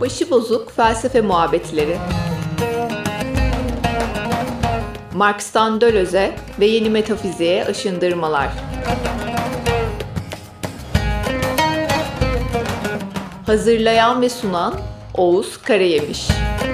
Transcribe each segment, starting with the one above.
Başıbozuk felsefe muhabbetleri. Marx'tan Döloz'e ve yeni metafiziğe aşındırmalar. Hazırlayan ve sunan Oğuz Karayemiş.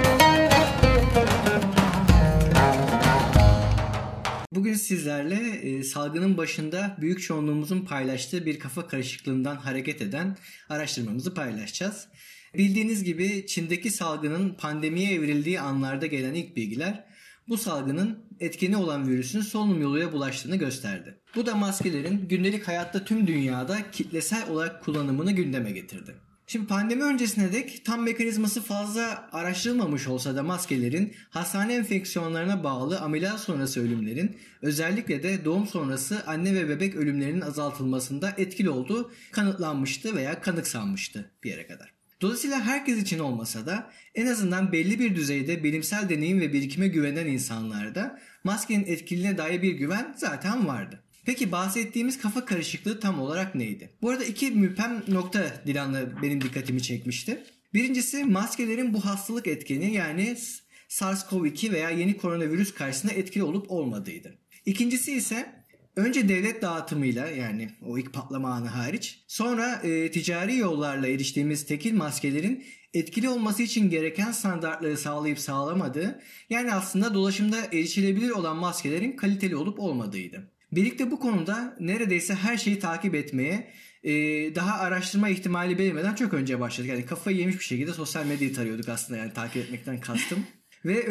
Bugün sizlerle salgının başında büyük çoğunluğumuzun paylaştığı bir kafa karışıklığından hareket eden araştırmamızı paylaşacağız. Bildiğiniz gibi Çin'deki salgının pandemiye evrildiği anlarda gelen ilk bilgiler bu salgının etkeni olan virüsün solunum yoluyla bulaştığını gösterdi. Bu da maskelerin gündelik hayatta tüm dünyada kitlesel olarak kullanımını gündeme getirdi. Şimdi pandemi öncesine dek tam mekanizması fazla araştırılmamış olsa da maskelerin hastane enfeksiyonlarına bağlı ameliyat sonrası ölümlerin, özellikle de doğum sonrası anne ve bebek ölümlerinin azaltılmasında etkili olduğu kanıtlanmıştı veya kanıksanmıştı bir yere kadar. Dolayısıyla herkes için olmasa da en azından belli bir düzeyde bilimsel deneyim ve birikime güvenen insanlarda maskenin etkililiğine dair bir güven zaten vardı. Peki bahsettiğimiz kafa karışıklığı tam olarak neydi? Bu arada iki müphem nokta Dilan'la benim dikkatimi çekmişti. Birincisi maskelerin bu hastalık etkeni yani SARS-CoV-2 veya yeni koronavirüs karşısında etkili olup olmadığıydı. İkincisi ise önce devlet dağıtımıyla yani o ilk patlama anı hariç sonra ticari yollarla eriştiğimiz tekil maskelerin etkili olması için gereken standartları sağlayıp sağlamadığı yani aslında dolaşımda erişilebilir olan maskelerin kaliteli olup olmadığıydı. Birlikte bu konuda neredeyse her şeyi takip etmeye daha araştırma ihtimali belirmeden çok önce başladık. Yani kafayı yemiş bir şekilde sosyal medyayı tarıyorduk aslında yani takip etmekten kastım. Ve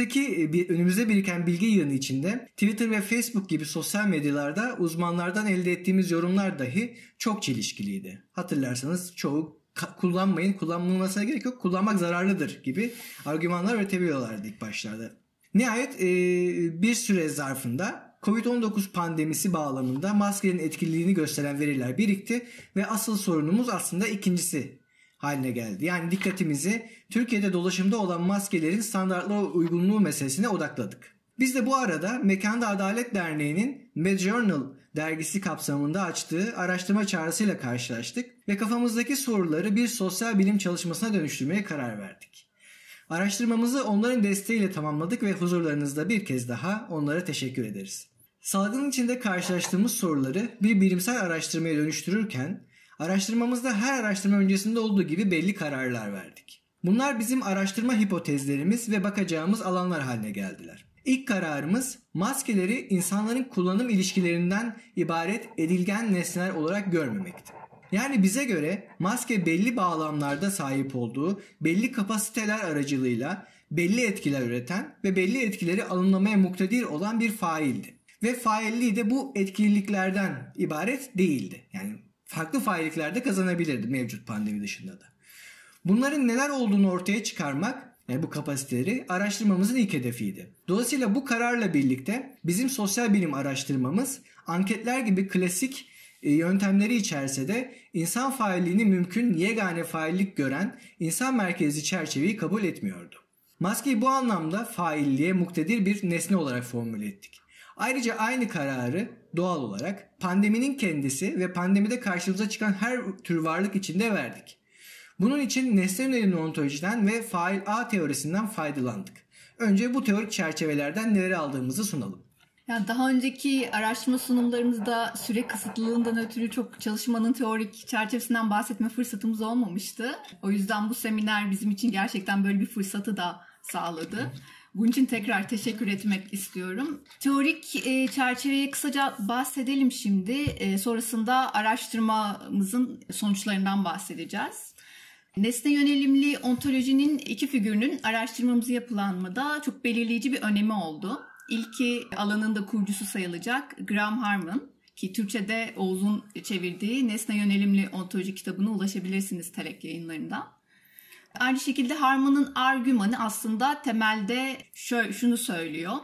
önümüzde biriken bilgi yığını içinde Twitter ve Facebook gibi sosyal medyalarda uzmanlardan elde ettiğimiz yorumlar dahi çok çelişkiliydi. Hatırlarsanız çoğu kullanılmasına gerek yok, kullanmak zararlıdır gibi argümanlar üretebiliyorlardı ilk başlarda. Nihayet bir süre zarfında Covid-19 pandemisi bağlamında maskenin etkililiğini gösteren veriler birikti ve asıl sorunumuz aslında ikincisi haline geldi. Yani dikkatimizi Türkiye'de dolaşımda olan maskelerin standartlara uygunluğu meselesine odakladık. Biz de bu arada Mekanda Adalet Derneği'nin MedJournal dergisi kapsamında açtığı araştırma çağrısıyla karşılaştık ve kafamızdaki soruları bir sosyal bilim çalışmasına dönüştürmeye karar verdik. Araştırmamızı onların desteğiyle tamamladık ve huzurlarınızda bir kez daha onlara teşekkür ederiz. Salgının içinde karşılaştığımız soruları bir bilimsel araştırmaya dönüştürürken araştırmamızda her araştırma öncesinde olduğu gibi belli kararlar verdik. Bunlar bizim araştırma hipotezlerimiz ve bakacağımız alanlar haline geldiler. İlk kararımız maskeleri insanların kullanım ilişkilerinden ibaret edilgen nesneler olarak görmemekti. Yani bize göre maske belli bağlamlarda sahip olduğu belli kapasiteler aracılığıyla belli etkiler üreten ve belli etkileri alımlamaya muktedir olan bir faildi. Ve failliği de bu etkililiklerden ibaret değildi. Yani farklı faillikler de kazanabilirdi mevcut pandemi dışında da. Bunların neler olduğunu ortaya çıkarmak, yani bu kapasiteleri araştırmamızın ilk hedefiydi. Dolayısıyla bu kararla birlikte bizim sosyal bilim araştırmamız anketler gibi klasik yöntemleri içerse de insan failliğini mümkün yegane faillik gören insan merkezli çerçeveyi kabul etmiyordu. Maskeyi bu anlamda failliğe muktedir bir nesne olarak formüle ettik. Ayrıca aynı kararı doğal olarak pandeminin kendisi ve pandemide karşımıza çıkan her tür varlık içinde verdik. Bunun için nesne yönelimli ontolojiden ve fail ağ teorisinden faydalandık. Önce bu teorik çerçevelerden neleri aldığımızı sunalım. Yani daha önceki araştırma sunumlarımızda süre kısıtlılığından ötürü çok çalışmanın teorik çerçevesinden bahsetme fırsatımız olmamıştı. O yüzden bu seminer bizim için gerçekten böyle bir fırsatı da sağladı. Bunun için tekrar teşekkür etmek istiyorum. Teorik çerçeveye kısaca bahsedelim şimdi. Sonrasında araştırmamızın sonuçlarından bahsedeceğiz. Nesne yönelimli ontolojinin iki figürünün araştırmamızı yapılanmada çok belirleyici bir önemi oldu. İlki alanında kurucusu sayılacak Graham Harman ki Türkçe'de Oğuz'un çevirdiği Nesne Yönelimli Ontoloji kitabına ulaşabilirsiniz Telek yayınlarından. Aynı şekilde Harman'ın argümanı aslında temelde şunu söylüyor.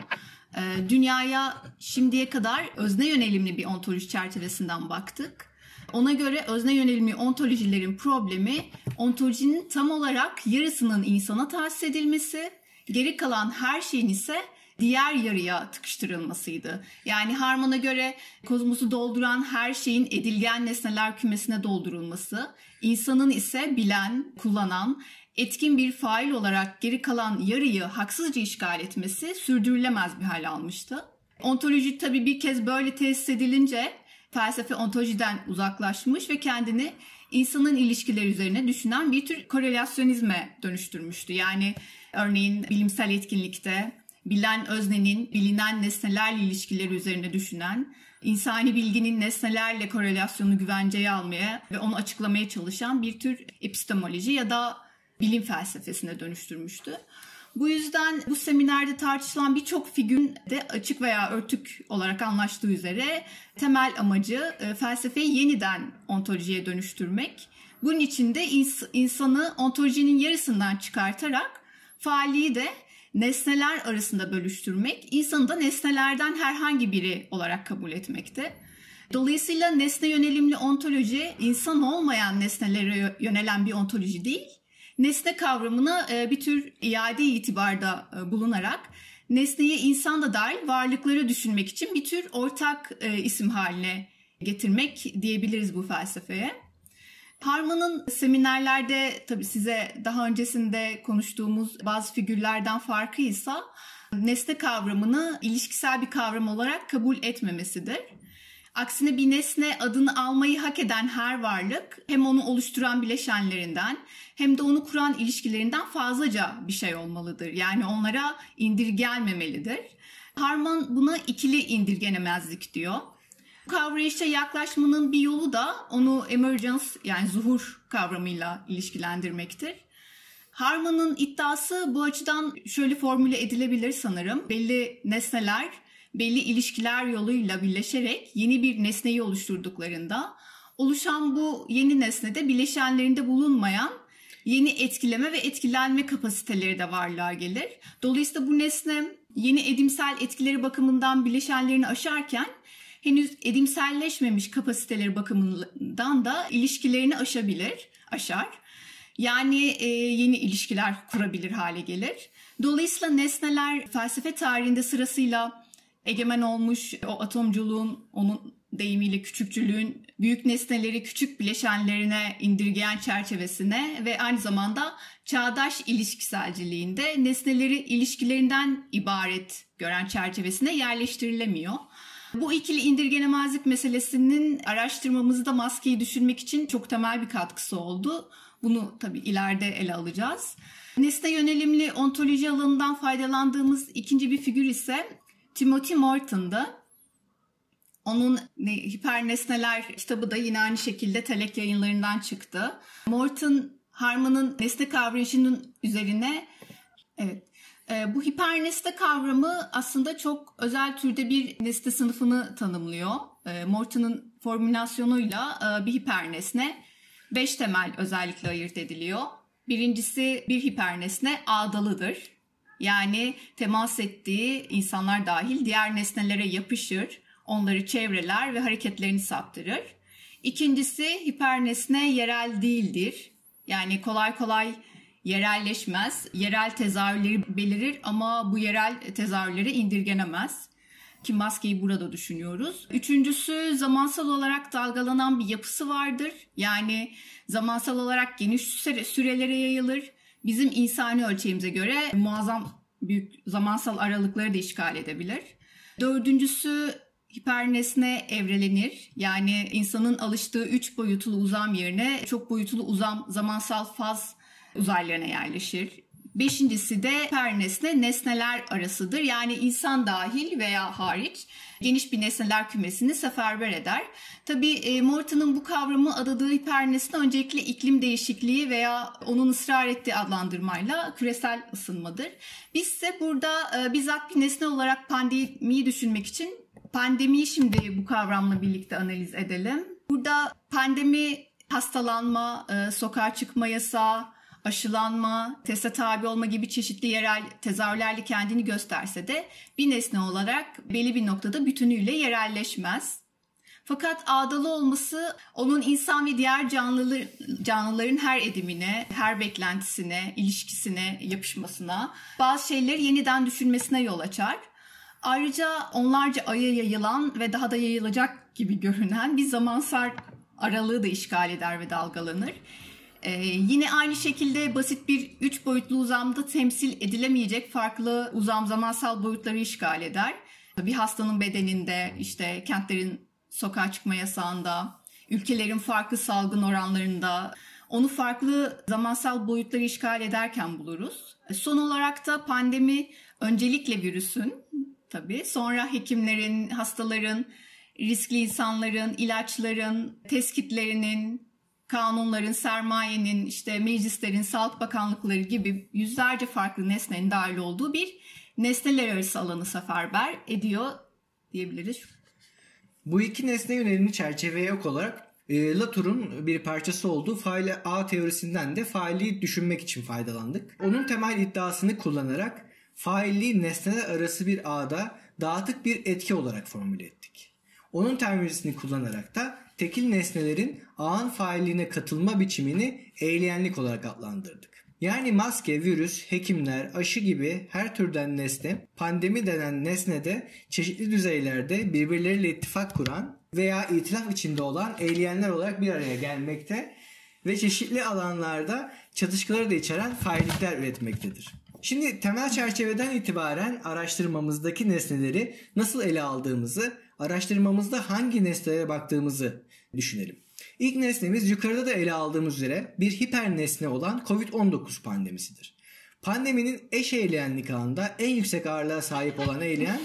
Dünyaya şimdiye kadar özne yönelimli bir ontoloji çerçevesinden baktık. Ona göre özne yönelimli ontolojilerin problemi ontolojinin tam olarak yarısının insana tahsis edilmesi, geri kalan her şeyin ise diğer yarıya tıkıştırılmasıydı. Yani Harman'a göre kozmosu dolduran her şeyin edilgen nesneler kümesine doldurulması, insanın ise bilen, kullanan, etkin bir fail olarak geri kalan yarıyı haksızca işgal etmesi sürdürülemez bir hal almıştı. Ontoloji tabii bir kez böyle tesis edilince felsefe ontolojiden uzaklaşmış ve kendini insanın ilişkileri üzerine düşünen bir tür korelasyonizme dönüştürmüştü. Yani örneğin bilimsel etkinlikte bilen öznenin bilinen nesnelerle ilişkileri üzerine düşünen, insani bilginin nesnelerle korelasyonunu güvenceye almaya ve onu açıklamaya çalışan bir tür epistemoloji ya da bilim felsefesine dönüştürmüştü. Bu yüzden bu seminerde tartışılan birçok figürün de açık veya örtük olarak anlaştığı üzere temel amacı felsefeyi yeniden ontolojiye dönüştürmek. Bunun için de insanı ontolojinin yarısından çıkartarak faaliyi de nesneler arasında bölüştürmek, insanı da nesnelerden herhangi biri olarak kabul etmekte. Dolayısıyla nesne yönelimli ontoloji insan olmayan nesnelere yönelen bir ontoloji değil, nesne kavramını bir tür iade itibarda bulunarak nesneyi insan da dahil varlıkları düşünmek için bir tür ortak isim haline getirmek diyebiliriz bu felsefeye. Harman'ın seminerlerde tabii size daha öncesinde konuştuğumuz bazı figürlerden farkıysa nesne kavramını ilişkisel bir kavram olarak kabul etmemesidir. Aksine bir nesne adını almayı hak eden her varlık hem onu oluşturan bileşenlerinden hem de onu kuran ilişkilerinden fazlaca bir şey olmalıdır. Yani onlara indirgenmemelidir. Harman buna ikili indirgenemezlik diyor. Bu kavrayışa yaklaşmanın bir yolu da onu emergence yani zuhur kavramıyla ilişkilendirmektir. Harman'ın iddiası bu açıdan şöyle formüle edilebilir sanırım. Belli nesneler belli ilişkiler yoluyla birleşerek yeni bir nesneyi oluşturduklarında oluşan bu yeni nesnede bileşenlerinde bulunmayan yeni etkileme ve etkilenme kapasiteleri de varlığa gelir. Dolayısıyla bu nesne yeni edimsel etkileri bakımından bileşenlerini aşarken henüz edimselleşmemiş kapasiteleri bakımından da ilişkilerini aşar. Yani yeni ilişkiler kurabilir hale gelir. Dolayısıyla nesneler felsefe tarihinde sırasıyla egemen olmuş o atomculuğun, onun deyimiyle küçükçülüğün büyük nesneleri küçük bileşenlerine indirgeyen çerçevesine ve aynı zamanda çağdaş ilişkiselciliğinde nesneleri ilişkilerinden ibaret gören çerçevesine yerleştirilemiyor. Bu ikili indirgenemezlik meselesinin araştırmamızda maskeyi düşürmek için çok temel bir katkısı oldu. Bunu tabii ileride ele alacağız. Nesne yönelimli ontoloji alanından faydalandığımız ikinci bir figür ise Timothy Morton'dı. Onun Hipernesneler kitabı da yine aynı şekilde Telek yayınlarından çıktı. Morton, Harman'ın nesne kavrayışının üzerine bu hipernesne kavramı aslında çok özel türde bir nesne sınıfını tanımlıyor. Morton'un formülasyonuyla bir hipernesne 5 temel özellikle ayırt ediliyor. Birincisi bir hipernesne ağdalıdır. Yani temas ettiği insanlar dahil diğer nesnelere yapışır, onları çevreler ve hareketlerini saptırır. İkincisi hipernesne yerel değildir. Yani kolay kolay yerelleşmez. Yerel tezahürleri belirir ama bu yerel tezahürleri indirgenemez. Ki maskeyi burada düşünüyoruz. Üçüncüsü zamansal olarak dalgalanan bir yapısı vardır. Yani zamansal olarak geniş sürelere yayılır. Bizim insani ölçeğimize göre muazzam büyük zamansal aralıkları da işgal edebilir. Dördüncüsü hipernesne evrelenir. Yani insanın alıştığı 3 boyutlu uzam yerine çok boyutlu uzam zamansal faz uzaylarına yerleşir. Beşincisi de hipernesne nesneler arasıdır. Yani insan dahil veya hariç geniş bir nesneler kümesini seferber eder. Tabii Morton'un bu kavramı adadığı hipernesne öncelikle iklim değişikliği veya onun ısrar ettiği adlandırmayla küresel ısınmadır. Biz ise burada bizzat bir nesne olarak pandemiyi düşünmek için pandemiyi şimdi bu kavramla birlikte analiz edelim. Burada pandemi hastalanma, sokağa çıkma yasağı, aşılanma, teste tabi olma gibi çeşitli yerel tezahürlerle kendini gösterse de bir nesne olarak belli bir noktada bütünüyle yerelleşmez. Fakat ağdalı olması onun insan ve diğer canlıların her edimine, her beklentisine, ilişkisine, yapışmasına, bazı şeyleri yeniden düşünmesine yol açar. Ayrıca onlarca aya yayılan ve daha da yayılacak gibi görünen bir zamansal aralığı da işgal eder ve dalgalanır. Yine aynı şekilde basit bir 3 boyutlu uzamda temsil edilemeyecek farklı uzam zamansal boyutları işgal eder. Bir hastanın bedeninde, işte kentlerin sokağa çıkma yasağında, ülkelerin farklı salgın oranlarında onu farklı zamansal boyutları işgal ederken buluruz. Son olarak da pandemi öncelikle virüsün, tabii sonra hekimlerin, hastaların, riskli insanların, ilaçların, test kitlerinin, kanunların, sermayenin, işte meclislerin, sağlık bakanlıkları gibi yüzlerce farklı nesnenin dahil olduğu bir nesneler arası alanı seferber ediyor diyebiliriz. Bu iki nesne yönelimli çerçeveye yok olarak Latour'un bir parçası olduğu faili ağ teorisinden de faili düşünmek için faydalandık. Onun temel iddiasını kullanarak failliği nesneler arası bir ağda dağıtık bir etki olarak formüle ettik. Onun terminolojisini kullanarak da tekil nesnelerin ağın failliğine katılma biçimini eyleyenlik olarak adlandırdık. Yani maske, virüs, hekimler, aşı gibi her türden nesne, pandemi denen nesnede çeşitli düzeylerde birbirleriyle ittifak kuran veya itilaf içinde olan eyleyenler olarak bir araya gelmekte ve çeşitli alanlarda çatışmaları da içeren faillikler üretmektedir. Şimdi temel çerçeveden itibaren araştırmamızdaki nesneleri nasıl ele aldığımızı, araştırmamızda hangi nesnelere baktığımızı düşünelim. İlk nesnemiz yukarıda da ele aldığımız üzere bir hiper nesne olan COVID-19 pandemisidir. Pandeminin eş eyleyenlik ağında en yüksek ağırlığa sahip olan eyleyen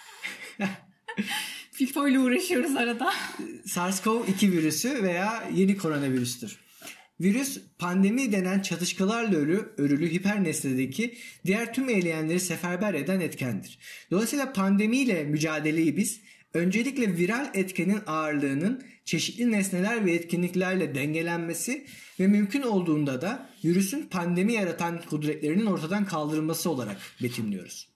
FIFO ile uğraşıyoruz arada. SARS-CoV-2 virüsü veya yeni koronavirüstür. Virüs pandemi denen çatışkalarla örülü hiper nesnedeki diğer tüm eyleyenleri seferber eden etkendir. Dolayısıyla pandemiyle mücadeleyi biz öncelikle viral etkenin ağırlığının çeşitli nesneler ve etkinliklerle dengelenmesi ve mümkün olduğunda da virüsün pandemi yaratan kudretlerinin ortadan kaldırılması olarak betimliyoruz.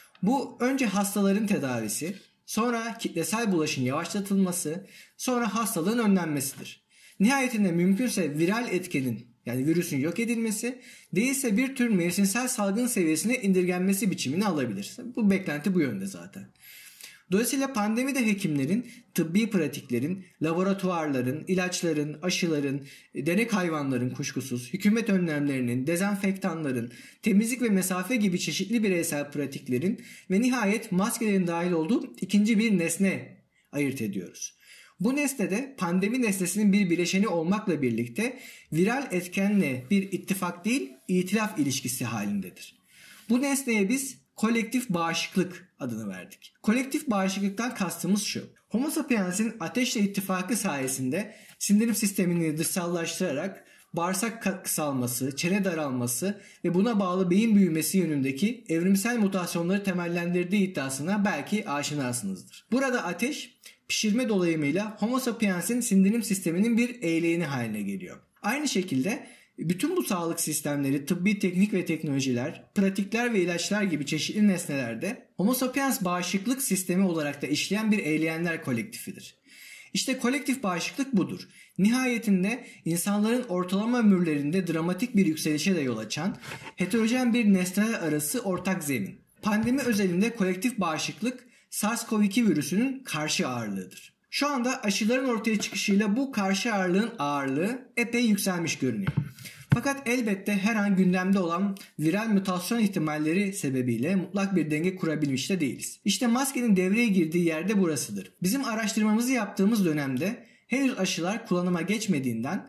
Bu önce hastaların tedavisi, sonra kitlesel bulaşın yavaşlatılması, sonra hastalığın önlenmesidir. Nihayetinde mümkünse viral etkenin yani virüsün yok edilmesi, değilse bir tür mevsimsel salgın seviyesine indirgenmesi biçimini alabilir. Bu beklenti bu yönde zaten. Dolayısıyla pandemide hekimlerin, tıbbi pratiklerin, laboratuvarların, ilaçların, aşıların, denek hayvanların kuşkusuz, hükümet önlemlerinin, dezenfektanların, temizlik ve mesafe gibi çeşitli bireysel pratiklerin ve nihayet maskelerin dahil olduğu ikinci bir nesne ayırt ediyoruz. Bu nesnede pandemi nesnesinin bir bileşeni olmakla birlikte viral etkenle bir ittifak değil, itilaf ilişkisi halindedir. Bu nesneye biz kolektif bağışıklık adını verdik. Kolektif bağışıklıktan kastımız şu: Homo sapiens'in ateşle ittifakı sayesinde sindirim sistemini dışsallaştırarak bağırsak kısalması, çene daralması ve buna bağlı beyin büyümesi yönündeki evrimsel mutasyonları temellendirdiği iddiasına belki aşinasınızdır. Burada ateş pişirme dolayımıyla Homo sapiens'in sindirim sisteminin bir eyleyeni haline geliyor. Aynı şekilde bütün bu sağlık sistemleri, tıbbi teknik ve teknolojiler, pratikler ve ilaçlar gibi çeşitli nesnelerde Homo sapiens bağışıklık sistemi olarak da işleyen bir eyleyenler kolektifidir. İşte kolektif bağışıklık budur. Nihayetinde insanların ortalama ömürlerinde dramatik bir yükselişe de yol açan heterojen bir nesneler arası ortak zemin. Pandemi özelinde kolektif bağışıklık SARS-CoV-2 virüsünün karşı ağırlığıdır. Şu anda aşıların ortaya çıkışıyla bu karşı ağırlığın ağırlığı epey yükselmiş görünüyor. Fakat elbette her an gündemde olan viral mutasyon ihtimalleri sebebiyle mutlak bir denge kurabilmiş de değiliz. İşte maskenin devreye girdiği yerde burasıdır. Bizim araştırmamızı yaptığımız dönemde henüz aşılar kullanıma geçmediğinden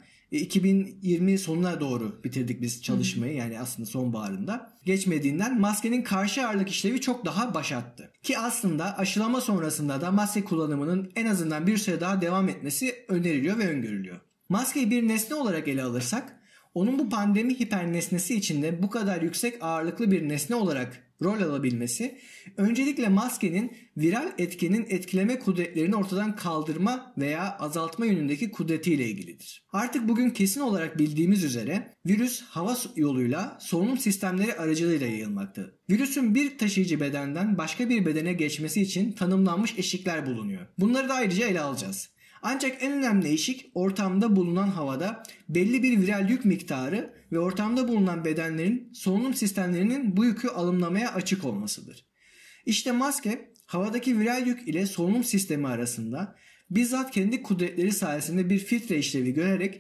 2020 sonuna doğru bitirdik biz çalışmayı, yani aslında sonbaharında geçmediğinden maskenin karşı ağırlık işlevi çok daha başattı. Ki aslında aşılama sonrasında da maske kullanımının en azından bir süre daha devam etmesi öneriliyor ve öngörülüyor. Maskeyi bir nesne olarak ele alırsak onun bu pandemi hiper nesnesi içinde bu kadar yüksek ağırlıklı bir nesne olarak rol alabilmesi öncelikle maskenin viral etkenin etkileme kudretlerini ortadan kaldırma veya azaltma yönündeki kudretiyle ilgilidir. Artık bugün kesin olarak bildiğimiz üzere virüs hava yoluyla solunum sistemleri aracılığıyla yayılmaktadır. Virüsün bir taşıyıcı bedenden başka bir bedene geçmesi için tanımlanmış eşikler bulunuyor. Bunları da ayrıca ele alacağız. Ancak en önemli eşik ortamda bulunan havada belli bir viral yük miktarı ve ortamda bulunan bedenlerin solunum sistemlerinin bu yükü alımlamaya açık olmasıdır. İşte maske havadaki viral yük ile solunum sistemi arasında bizzat kendi kudretleri sayesinde bir filtre işlevi görerek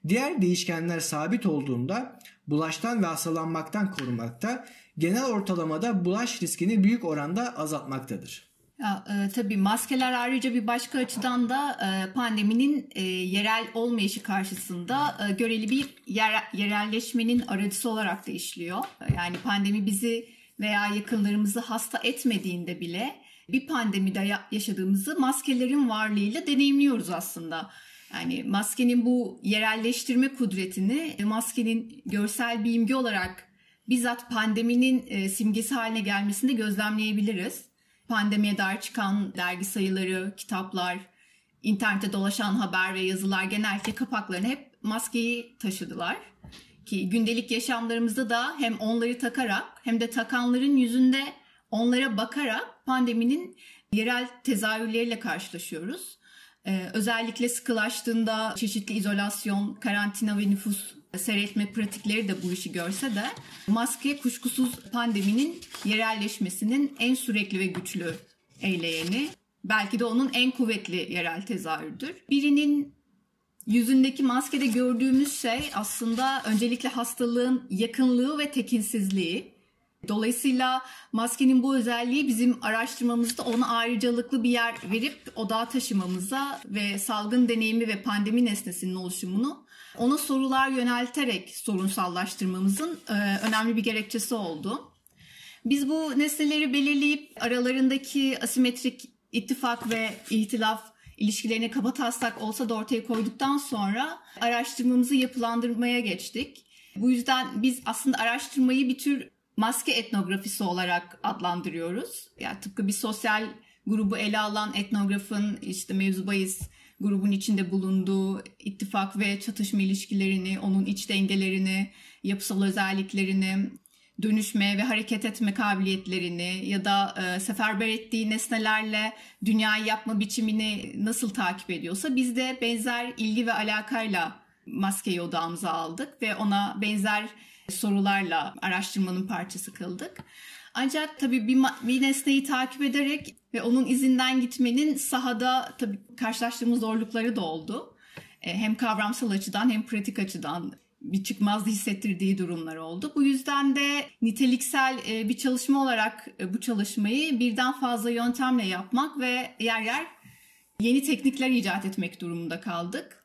Diğer değişkenler sabit olduğunda bulaştan ve hastalanmaktan korumakta, genel ortalamada bulaş riskini büyük oranda azaltmaktadır. Tabii maskeler ayrıca bir başka açıdan da pandeminin yerel olmayışı karşısında göreli bir yerelleşmenin aracısı olarak da işliyor. Yani pandemi bizi veya yakınlarımızı hasta etmediğinde bile bir pandemide yaşadığımızı maskelerin varlığıyla deneyimliyoruz aslında. Yani maskenin bu yerelleştirme kudretini maskenin görsel bir imge olarak bizzat pandeminin simgesi haline gelmesinde gözlemleyebiliriz. Pandemiye dair çıkan dergi sayıları, kitaplar, internette dolaşan haber ve yazılar genellikle kapaklarına hep maskeyi taşıdılar. Ki gündelik yaşamlarımızda da hem onları takarak hem de takanların yüzünde onlara bakarak pandeminin yerel tezahürleriyle karşılaşıyoruz. Özellikle sıkılaştığında çeşitli izolasyon, karantina ve nüfus seyretme pratikleri de bu işi görse de maske kuşkusuz pandeminin yerelleşmesinin en sürekli ve güçlü eyleyeni, belki de onun en kuvvetli yerel tezahürüdür. Birinin yüzündeki maskede gördüğümüz şey aslında öncelikle hastalığın yakınlığı ve tekinsizliği. Dolayısıyla maskenin bu özelliği bizim araştırmamızda ona ayrıcalıklı bir yer verip odağa taşımamıza ve salgın deneyimi ve pandemi nesnesinin oluşumunu ona sorular yönelterek sorunsallaştırmamızın önemli bir gerekçesi oldu. Biz bu nesneleri belirleyip aralarındaki asimetrik ittifak ve ihtilaf ilişkilerini kabataslak olsa da ortaya koyduktan sonra araştırmamızı yapılandırmaya geçtik. Bu yüzden biz aslında araştırmayı bir tür maske etnografisi olarak adlandırıyoruz. Yani tıpkı bir sosyal grubu ele alan etnografın işte mevzu bahis grubun içinde bulunduğu ittifak ve çatışma ilişkilerini, onun iç dengelerini, yapısal özelliklerini, dönüşme ve hareket etme kabiliyetlerini ya da seferber ettiği nesnelerle dünyayı yapma biçimini nasıl takip ediyorsa biz de benzer ilgi ve alakayla maskeyi odağımıza aldık ve ona benzer sorularla araştırmanın parçası kıldık. Ancak tabii bir nesneyi takip ederek ve onun izinden gitmenin sahada tabii karşılaştığımız zorlukları da oldu. Hem kavramsal açıdan hem pratik açıdan bir çıkmazdı hissettirdiği durumlar oldu. Bu yüzden de niteliksel bir çalışma olarak bu çalışmayı birden fazla yöntemle yapmak ve yer yer yeni teknikler icat etmek durumunda kaldık.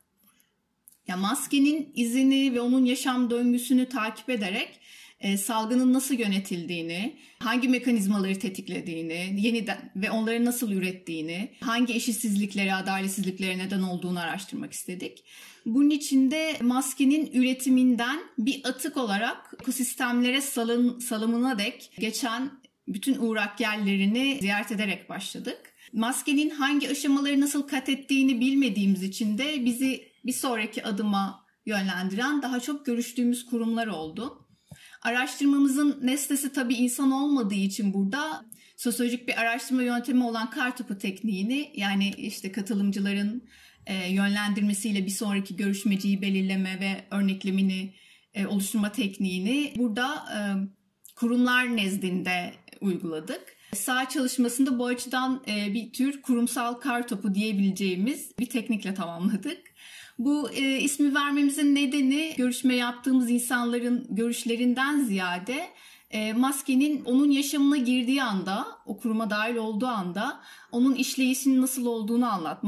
Ya maskenin izini ve onun yaşam döngüsünü takip ederek salgının nasıl yönetildiğini, hangi mekanizmaları tetiklediğini, yeniden ve onları nasıl ürettiğini, hangi eşitsizliklere, adaletsizliklere neden olduğunu araştırmak istedik. Bunun için de maskenin üretiminden bir atık olarak ekosistemlere salımına dek geçen bütün uğrak yerlerini ziyaret ederek başladık. Maskenin hangi aşamaları nasıl kat ettiğini bilmediğimiz için de bizi bir sonraki adıma yönlendiren daha çok görüştüğümüz kurumlar oldu. Araştırmamızın nesnesi tabii insan olmadığı için burada sosyolojik bir araştırma yöntemi olan kartopu tekniğini, yani işte katılımcıların yönlendirmesiyle bir sonraki görüşmeciyi belirleme ve örneklemini oluşturma tekniğini burada kurumlar nezdinde uyguladık. Saha çalışmasında bu açıdan bir tür kurumsal kartopu diyebileceğimiz bir teknikle tamamladık. Bu ismi vermemizin nedeni görüşme yaptığımız insanların görüşlerinden ziyade maskenin onun yaşamına girdiği anda, o kuruma dahil olduğu anda onun işleyişinin nasıl olduğunu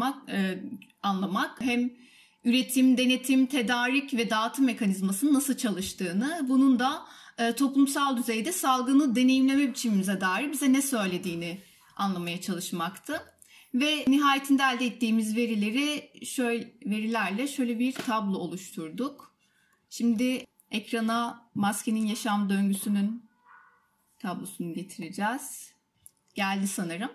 anlamak, hem üretim, denetim, tedarik ve dağıtım mekanizmasının nasıl çalıştığını, bunun da toplumsal düzeyde salgını deneyimleme biçimimize dair bize ne söylediğini anlamaya çalışmaktı. Ve nihayetinde elde ettiğimiz verilerle şöyle bir tablo oluşturduk. Şimdi ekrana maskenin yaşam döngüsünün tablosunu getireceğiz. Geldi sanırım.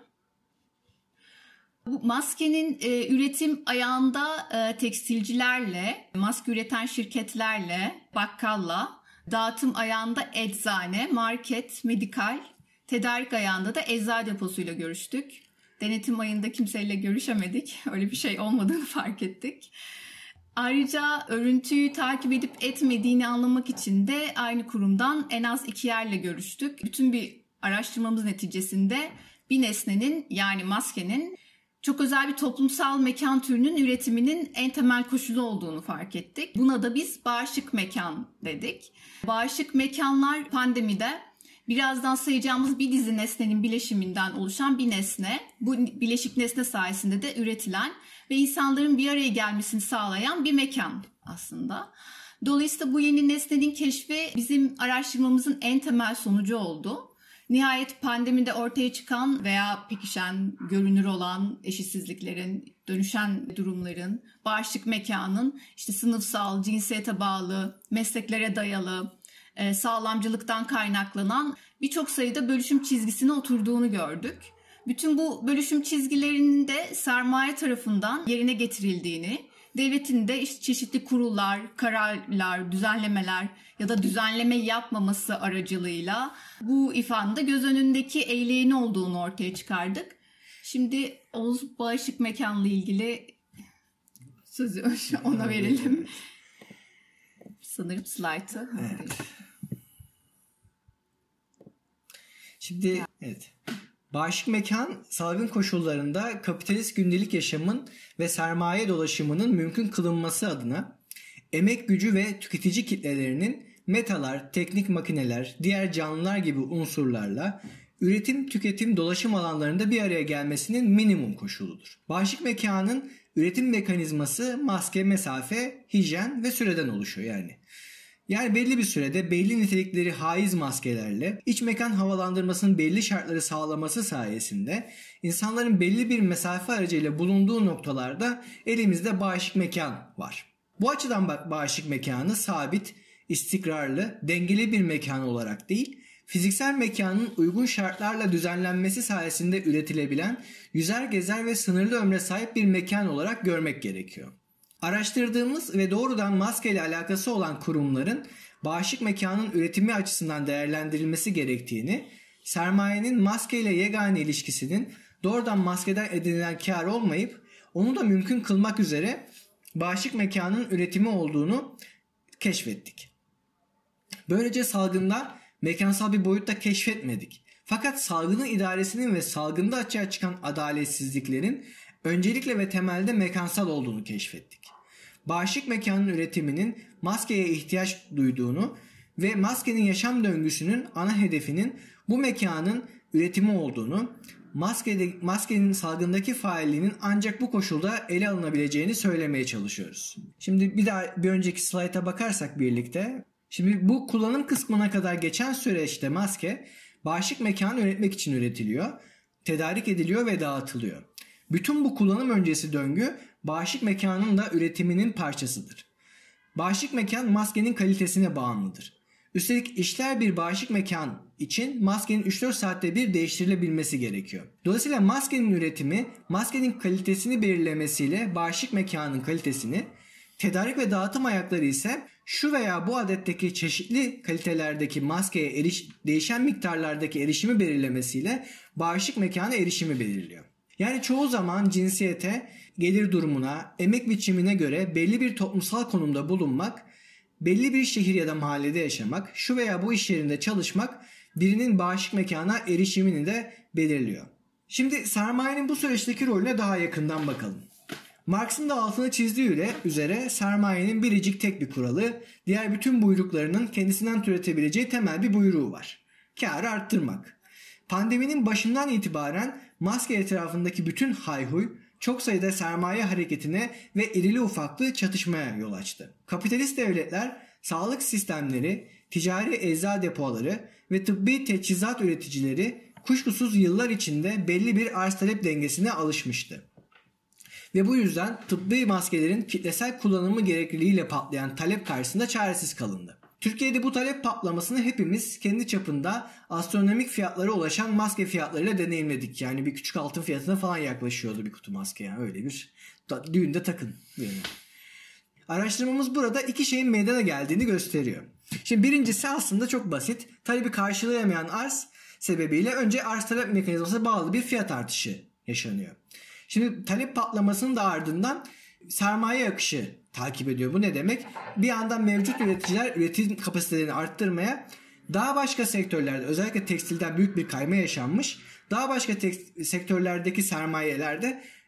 Bu maskenin üretim ayağında tekstilcilerle, maske üreten şirketlerle, bakkalla, dağıtım ayağında eczane, market, medikal, tedarik ayağında da eczacı deposuyla görüştük. Denetim ayında kimseyle görüşemedik. Öyle bir şey olmadığını fark ettik. Ayrıca örüntüyü takip edip etmediğini anlamak için de aynı kurumdan en az 2 yerle görüştük. Bütün bir araştırmamız neticesinde bir nesnenin, yani maskenin çok özel bir toplumsal mekan türünün üretiminin en temel koşulu olduğunu fark ettik. Buna da biz bağışık mekan dedik. Bağışık mekanlar pandemide birazdan sayacağımız bir dizi nesnenin bileşiminden oluşan bir nesne. Bu bileşik nesne sayesinde de üretilen ve insanların bir araya gelmesini sağlayan bir mekan aslında. Dolayısıyla bu yeni nesnenin keşfi bizim araştırmamızın en temel sonucu oldu. Nihayet pandemide ortaya çıkan veya pekişen, görünür olan eşitsizliklerin, dönüşen durumların, bağışık mekanın işte sınıfsal, cinsiyete bağlı, mesleklere dayalı, sağlamcılıktan kaynaklanan birçok sayıda bölüşüm çizgisine oturduğunu gördük. Bütün bu bölüşüm çizgilerinin de sermaye tarafından yerine getirildiğini, devletin de işte çeşitli kurullar, kararlar, düzenlemeler ya da düzenleme yapmaması aracılığıyla bu ifadenin de göz önündeki eyleğini olduğunu ortaya çıkardık. Şimdi Oğuz bağışık mekanla ilgili sözü ona verelim. Sanırım slaytı. Evet. Şimdi evet. Bağışık mekan salgın koşullarında kapitalist gündelik yaşamın ve sermaye dolaşımının mümkün kılınması adına emek gücü ve tüketici kitlelerinin metalar, teknik makineler, diğer canlılar gibi unsurlarla üretim, tüketim, dolaşım alanlarında bir araya gelmesinin minimum koşuludur. Bağışık mekanın üretim mekanizması maske, mesafe, hijyen ve süreden oluşuyor yani. Yani belli bir sürede belli nitelikleri haiz maskelerle iç mekan havalandırmasının belli şartları sağlaması sayesinde insanların belli bir mesafe aracıyla bulunduğu noktalarda elimizde bağışık mekan var. Bu açıdan bağışık mekanı sabit, istikrarlı, dengeli bir mekan olarak değil, fiziksel mekanın uygun şartlarla düzenlenmesi sayesinde üretilebilen, yüzer gezer ve sınırlı ömre sahip bir mekan olarak görmek gerekiyor. Araştırdığımız ve doğrudan maskeyle alakası olan kurumların bağışık mekanın üretimi açısından değerlendirilmesi gerektiğini, sermayenin maskeyle yegane ilişkisinin doğrudan maskeden edinilen kar olmayıp onu da mümkün kılmak üzere bağışık mekanın üretimi olduğunu keşfettik. Böylece salgında mekansal bir boyutta keşfetmedik. Fakat salgının idaresinin ve salgında açığa çıkan adaletsizliklerin öncelikle ve temelde mekansal olduğunu keşfettik. Bağışık mekanın üretiminin maskeye ihtiyaç duyduğunu ve maskenin yaşam döngüsünün ana hedefinin bu mekanın üretimi olduğunu, maskenin salgındaki faalliğinin ancak bu koşulda ele alınabileceğini söylemeye çalışıyoruz. Şimdi bir önceki slayta bakarsak birlikte. Şimdi bu kullanım kısmına kadar geçen süreçte maske bağışık mekanı üretmek için üretiliyor, tedarik ediliyor ve dağıtılıyor. Bütün bu kullanım öncesi döngü bağışık mekanın da üretiminin parçasıdır. Bağışık mekan maskenin kalitesine bağımlıdır. Üstelik işler bir bağışık mekan için maskenin 3-4 saatte bir değiştirilebilmesi gerekiyor. Dolayısıyla maskenin üretimi maskenin kalitesini belirlemesiyle bağışık mekanın kalitesini, tedarik ve dağıtım ayakları ise şu veya bu adetteki çeşitli kalitelerdeki maskeye değişen miktarlardaki erişimi belirlemesiyle bağışık mekana erişimi belirliyor. Yani çoğu zaman cinsiyete, gelir durumuna, emek biçimine göre belli bir toplumsal konumda bulunmak, belli bir şehir ya da mahallede yaşamak, şu veya bu iş yerinde çalışmak birinin bağışık mekana erişimini de belirliyor. Şimdi sermayenin bu süreçteki rolüne daha yakından bakalım. Marx'ın da altını çizdiği üzere sermayenin biricik tek bir kuralı, diğer bütün buyruklarının kendisinden türetebileceği temel bir buyruğu var. Kârı arttırmak. Pandeminin başından itibaren maske etrafındaki bütün hayhuy çok sayıda sermaye hareketine ve irili ufaklı çatışmaya yol açtı. Kapitalist devletler sağlık sistemleri, ticari ecza depoları ve tıbbi teçhizat üreticileri kuşkusuz yıllar içinde belli bir arz talep dengesine alışmıştı. Ve bu yüzden tıbbi maskelerin kitlesel kullanımı gerekliliğiyle patlayan talep karşısında çaresiz kalındı. Türkiye'de bu talep patlamasını hepimiz kendi çapında astronomik fiyatlara ulaşan maske fiyatlarıyla deneyimledik. Yani bir küçük altın fiyatına falan yaklaşıyordu bir kutu maske. Yani öyle bir düğünde takın. Yani. Araştırmamız burada iki şeyin meydana geldiğini gösteriyor. Şimdi birincisi aslında çok basit. Talebi karşılayamayan arz sebebiyle önce arz talep mekanizmasına bağlı bir fiyat artışı yaşanıyor. Şimdi talep patlamasının da ardından sermaye akışı takip ediyor. Bu ne demek? Bir yandan mevcut üreticiler üretim kapasitelerini arttırmaya, daha başka sektörlerde özellikle tekstilden büyük bir kayma yaşanmış. Daha başka sektörlerdeki sermayeler de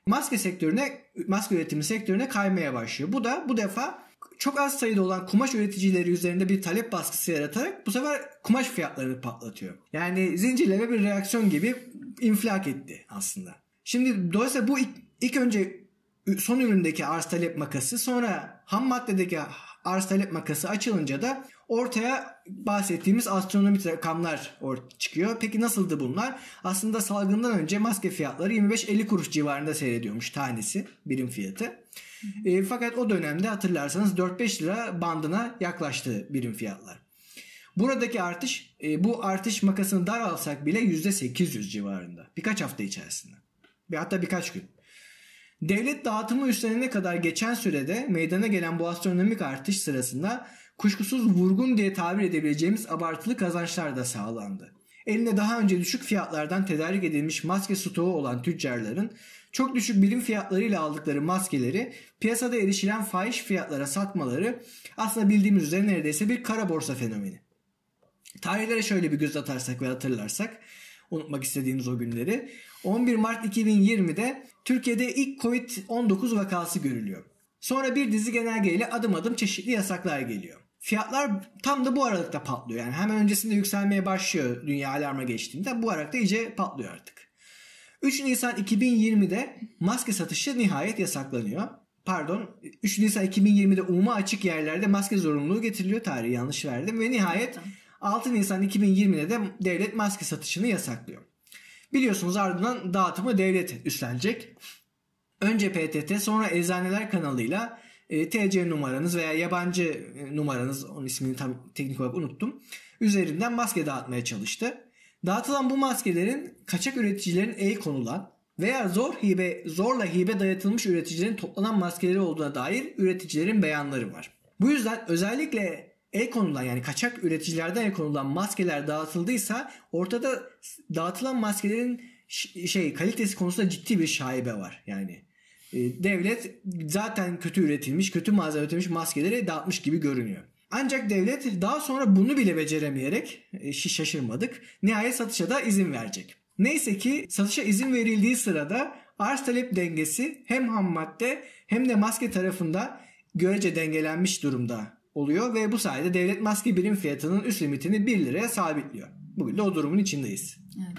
maske üretimi sektörüne kaymaya başlıyor. Bu da bu defa çok az sayıda olan kumaş üreticileri üzerinde bir talep baskısı yaratarak bu sefer kumaş fiyatlarını patlatıyor. Yani zincirleme bir reaksiyon gibi infilak etti aslında. Şimdi dolayısıyla bu ilk önce son üründeki arz talep makası, sonra ham maddedeki arz talep makası açılınca da ortaya bahsettiğimiz astronomik rakamlar çıkıyor. Peki nasıldı bunlar? Aslında salgından önce maske fiyatları 25-50 kuruş civarında seyrediyormuş tanesi, birim fiyatı. Fakat o dönemde hatırlarsanız 4-5 lira bandına yaklaştı birim fiyatlar. Buradaki artış, bu artış makasını daralsak bile %800 civarında. Birkaç hafta içerisinde. Hatta birkaç gün. Devlet dağıtımı üstlenene kadar geçen sürede meydana gelen bu astronomik artış sırasında kuşkusuz vurgun diye tabir edebileceğimiz abartılı kazançlar da sağlandı. Eline daha önce düşük fiyatlardan tedarik edilmiş maske stoğu olan tüccarların çok düşük birim fiyatlarıyla aldıkları maskeleri piyasada erişilen fahiş fiyatlara satmaları aslında bildiğimiz üzere neredeyse bir kara borsa fenomeni. Tarihlere şöyle bir göz atarsak ve hatırlarsak, unutmak istediğimiz o günleri, 11 Mart 2020'de Türkiye'de ilk Covid-19 vakası görülüyor. Sonra bir dizi genelgeyle adım adım çeşitli yasaklar geliyor. Fiyatlar tam da bu aralıkta patlıyor. Yani hemen öncesinde yükselmeye başlıyor dünya alarma geçtiğinde. Bu aralıkta iyice patlıyor artık. 3 Nisan 2020'de maske satışı nihayet yasaklanıyor. 3 Nisan 2020'de umuma açık yerlerde maske zorunluluğu getiriliyor. Tarihi yanlış verdim. Ve nihayet 6 Nisan 2020'de de devlet maske satışını yasaklıyor. Biliyorsunuz ardından dağıtımı devlet üstlenecek. Önce PTT, sonra eczaneler kanalıyla TC numaranız veya yabancı numaranız, onun ismini tam teknik olarak unuttum, üzerinden maske dağıtmaya Dağıtılan bu maskelerin kaçak üreticilerin el konulan veya zorla hibe dayatılmış üreticilerin toplanan maskeleri olduğuna dair üreticilerin beyanları var. Bu yüzden özellikle el konulan, yani kaçak üreticilerden el konulan maskeler dağıtıldıysa ortada dağıtılan maskelerin kalitesi konusunda ciddi bir şaibe var. Yani devlet zaten kötü üretilmiş, kötü malzeme üretilmiş maskeleri dağıtmış gibi görünüyor. Ancak devlet daha sonra bunu bile beceremeyerek, hiç şaşırmadık, nihayet satışa da izin verecek. Neyse ki satışa izin verildiği sırada arz talep dengesi hem ham madde hem de maske tarafında görece dengelenmiş durumda oluyor ve bu sayede devlet maske birim fiyatının üst limitini 1 liraya sabitliyor. Bugün de o durumun içindeyiz. Evet.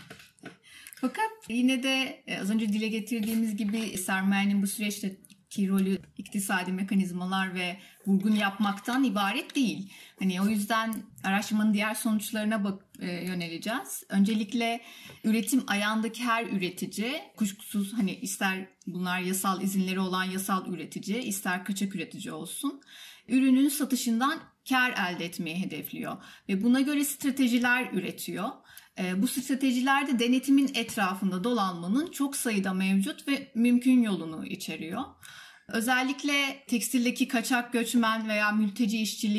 Fakat yine de az önce dile getirdiğimiz gibi sermayenin bu süreçteki rolü iktisadi mekanizmalar ve vurgun yapmaktan ibaret değil. Hani o yüzden araştırmanın diğer sonuçlarına yöneleceğiz. Öncelikle üretim ayağındaki her üretici, kuşkusuz hani ister bunlar yasal izinleri olan yasal üretici, ister kaçak üretici olsun, ürünün satışından kar elde etmeyi hedefliyor ve buna göre stratejiler üretiyor. Bu stratejilerde denetimin etrafında dolanmanın çok sayıda mevcut ve mümkün yolunu içeriyor. Özellikle tekstildeki kaçak göçmen veya mülteci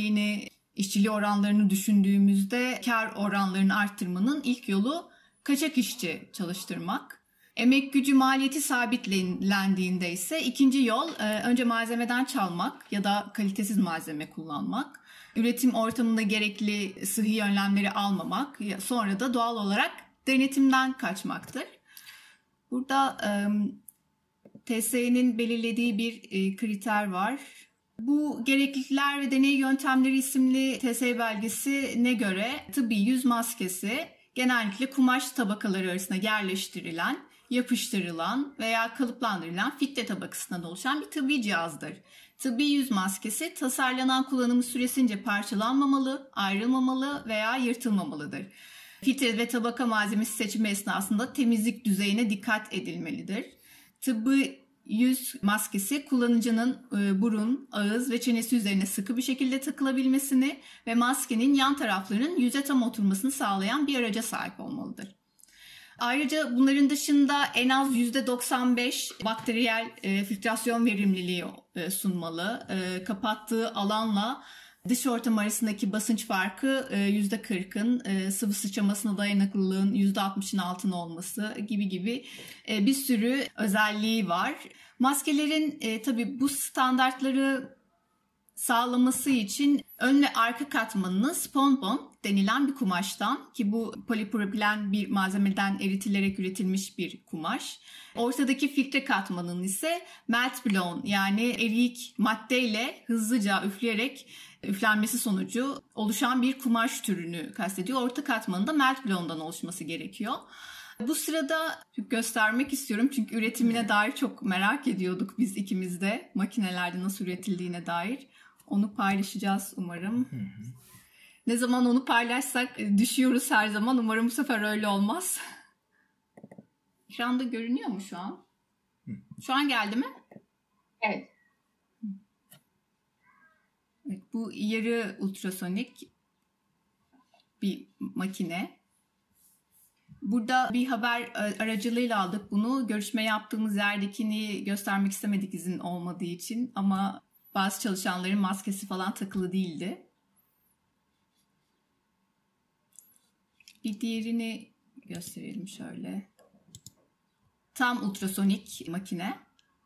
işçiliği oranlarını düşündüğümüzde kar oranlarını arttırmanın ilk yolu kaçak işçi çalıştırmak. Emek gücü maliyeti sabitlendiğinde ise ikinci yol önce malzemeden çalmak ya da kalitesiz malzeme kullanmak. Üretim ortamında gerekli sıhhi önlemleri almamak, sonra da doğal olarak denetimden kaçmaktır. Burada TSE'nin belirlediği bir kriter var. Bu gereklilikler ve deney yöntemleri isimli TSE belgesine göre tıbbi yüz maskesi genellikle kumaş tabakaları arasında yerleştirilen, yapıştırılan veya kalıplandırılan filtre tabakasından oluşan bir tıbbi cihazdır. Tıbbi yüz maskesi tasarlanan kullanımı süresince parçalanmamalı, ayrılmamalı veya yırtılmamalıdır. Filtre ve tabaka malzemesi seçimi esnasında temizlik düzeyine dikkat edilmelidir. Tıbbi yüz maskesi kullanıcının burun, ağız ve çenesi üzerine sıkı bir şekilde takılabilmesini ve maskenin yan taraflarının yüze tam oturmasını sağlayan bir araca sahip olmalıdır. Ayrıca bunların dışında en az %95 bakteriyel filtrasyon verimliliği sunmalı. Kapattığı alanla dış ortam arasındaki basınç farkı %40'ın, sıvı sıçramasına dayanıklılığın %60'ın altında olması gibi bir sürü özelliği var. Maskelerin tabii bu standartları sağlaması için ön ve arka katmanını spunbond denilen bir kumaştan, ki bu polipropilen bir malzemeden eritilerek üretilmiş bir kumaş. Ortadaki filtre katmanının ise melt blown, yani eriyik maddeyle hızlıca üflenmesi sonucu oluşan bir kumaş türünü kastediyor. Orta katmanın da melt blown'dan oluşması gerekiyor. Bu sırada göstermek istiyorum çünkü üretimine dair çok merak ediyorduk biz ikimiz de, makinelerde nasıl üretildiğine dair. Onu paylaşacağız umarım. Ne zaman onu paylaşsak düşüyoruz her zaman. Umarım bu sefer öyle olmaz. Ekranda görünüyor mu şu an? Şu an geldi mi? Evet. Evet, bu yarı ultrasonik bir makine. Burada bir haber aracılığıyla aldık bunu. Görüşme yaptığımız yerdekini göstermek istemedik izin olmadığı için, ama bazı çalışanların maskesi falan takılı değildi. Bir diğerini gösterelim şöyle. Tam ultrasonik makine.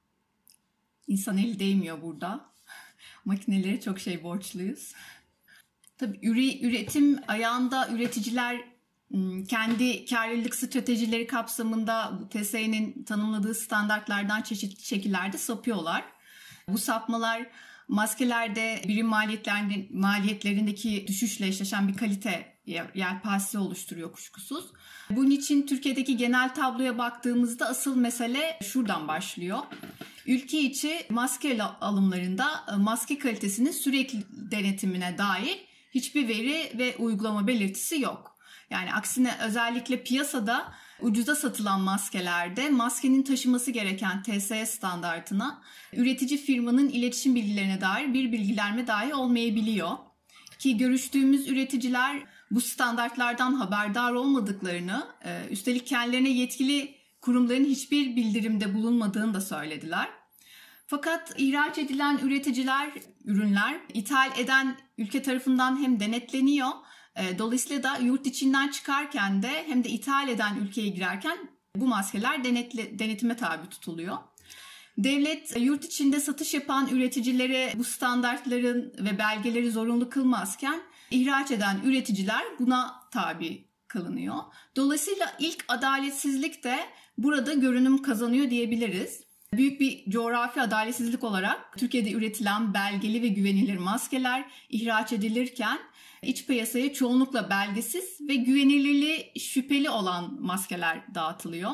İnsan eli değmiyor burada. Makinelere çok şey borçluyuz. Tabii üretim ayağında üreticiler kendi karlılık stratejileri kapsamında bu TSE'nin tanımladığı standartlardan çeşitli şekillerde sapıyorlar. Bu sapmalar maskelerde birim maliyetlerindeki düşüşle eşleşen bir kalite yelpazesi oluşturuyor kuşkusuz. Bunun için Türkiye'deki genel tabloya baktığımızda asıl mesele şuradan başlıyor. Ülke içi maske alımlarında maske kalitesinin sürekli denetimine dair hiçbir veri ve uygulama belirtisi yok. Yani aksine özellikle piyasada ucuza satılan maskelerde maskenin taşıması gereken TSE standartına üretici firmanın iletişim bilgilerine dair bir bilgilenme dahi olmayabiliyor. Ki görüştüğümüz üreticiler bu standartlardan haberdar olmadıklarını, üstelik kendilerine yetkili kurumların hiçbir bildirimde bulunmadığını da söylediler. Fakat ihraç edilen ürünler ithal eden ülke tarafından hem denetleniyor, dolayısıyla da yurt içinden çıkarken de hem de ithal eden ülkeye girerken bu maskeler denetime tabi tutuluyor. Devlet yurt içinde satış yapan üreticilere bu standartların ve belgeleri zorunlu kılmazken ihraç eden üreticiler buna tabi kılınıyor. Dolayısıyla ilk adaletsizlik de burada görünüm kazanıyor diyebiliriz. Büyük bir coğrafi adaletsizlik olarak Türkiye'de üretilen belgeli ve güvenilir maskeler ihraç edilirken iç piyasaya çoğunlukla belgesiz ve güvenilirliği şüpheli olan maskeler dağıtılıyor.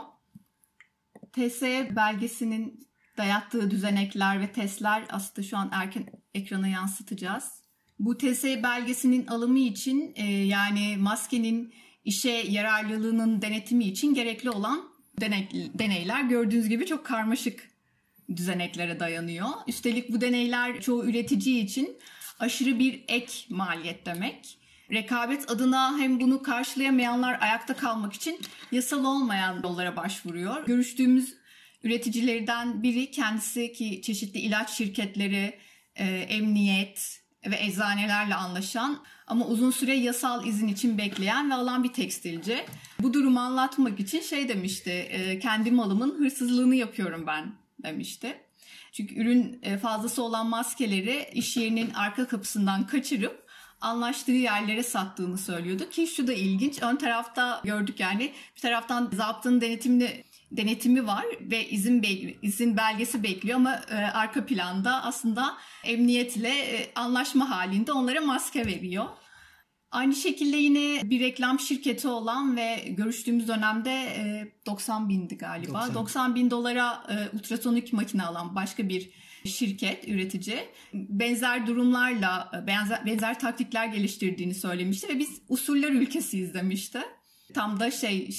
TSE belgesinin dayattığı düzenekler ve testler aslında şu an ekrana yansıtacağız. Bu TSE belgesinin alımı için yani maskenin işe yararlılığının denetimi için gerekli olan deneyler gördüğünüz gibi çok karmaşık düzeneklere dayanıyor. Üstelik bu deneyler çoğu üretici için aşırı bir ek maliyet demek. Rekabet adına hem bunu karşılayamayanlar ayakta kalmak için yasal olmayan yollara başvuruyor. Görüştüğümüz üreticilerden biri kendisi, ki çeşitli ilaç şirketleri, emniyet ve eczanelerle anlaşan ama uzun süre yasal izin için bekleyen ve alan bir tekstilci. Bu durumu anlatmak için demişti, kendi malımın hırsızlığını yapıyorum ben demişti. Çünkü ürün fazlası olan maskeleri iş yerinin arka kapısından kaçırıp anlaştığı yerlere sattığını söylüyordu. Ki şu da ilginç, ön tarafta gördük, yani bir taraftan zaptın denetimi var ve izin belgesi bekliyor ama arka planda aslında emniyetle anlaşma halinde onlara maske veriyor. Aynı şekilde yine bir reklam şirketi olan ve görüştüğümüz dönemde 90 bindi galiba. 90 bin dolara ultrasonik makine alan başka bir şirket, üretici benzer durumlarla benzer taktikler geliştirdiğini söylemişti ve biz usuller ülkesiyiz demişti. Tam da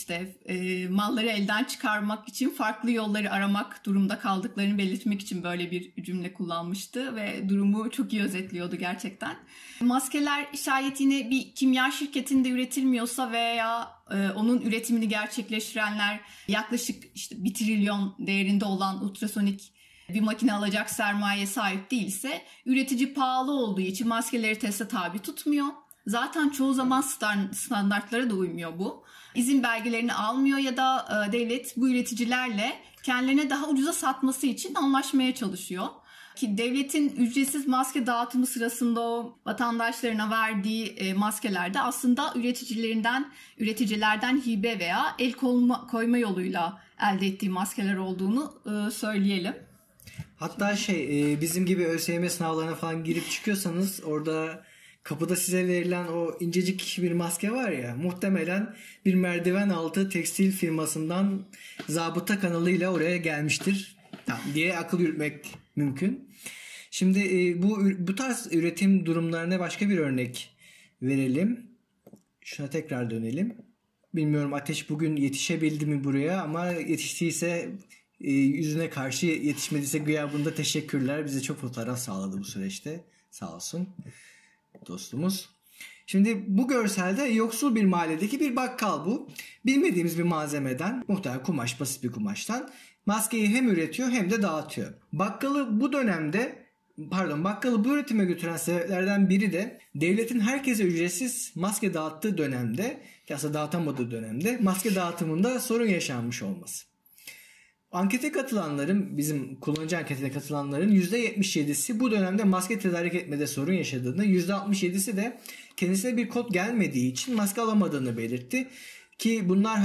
malları elden çıkarmak için farklı yolları aramak durumda kaldıklarını belirtmek için böyle bir cümle kullanmıştı ve durumu çok iyi özetliyordu gerçekten. Maskeler şayet yine bir kimya şirketinde üretilmiyorsa veya onun üretimini gerçekleştirenler yaklaşık 1 trilyon değerinde olan ultrasonik bir makine alacak sermaye sahip değilse, üretici pahalı olduğu için maskeleri teste tabi tutmuyor. Zaten çoğu zaman standartlara da uymuyor bu. İzin belgelerini almıyor ya da devlet bu üreticilerle kendilerine daha ucuza satması için anlaşmaya çalışıyor. Ki devletin ücretsiz maske dağıtımı sırasında o vatandaşlarına verdiği maskelerde aslında üreticilerden hibe veya el koyma yoluyla elde ettiği maskeler olduğunu söyleyelim. Hatta bizim gibi ÖSYM sınavlarına falan girip çıkıyorsanız orada kapıda size verilen o incecik bir maske var ya, muhtemelen bir merdiven altı tekstil firmasından zabıta kanalıyla oraya gelmiştir diye akıl yürütmek mümkün. Şimdi bu tarz üretim durumlarına başka bir örnek verelim. Şuna tekrar dönelim. Bilmiyorum Ateş bugün yetişebildi mi buraya, ama yetiştiyse yüzüne karşı, yetişmediyse gıyabında teşekkürler. Bize çok fotoğraf sağladı bu süreçte. Sağ olsun dostumuz. Şimdi bu görselde yoksul bir mahalledeki bir bakkal bu. Bilmediğimiz bir malzemeden, muhtemelen kumaş, basit bir kumaştan maskeyi hem üretiyor hem de dağıtıyor. Bakkalı bu üretime götüren sebeplerden biri de devletin herkese ücretsiz maske dağıttığı dönemde, aslında dağıtamadığı dönemde maske dağıtımında sorun yaşanmış olması. Ankete katılanların, bizim kullanıcı anketine katılanların %77'si bu dönemde maske tedarik etmede sorun yaşadığını, %67'si de kendisine bir kod gelmediği için maske alamadığını belirtti. Ki bunlar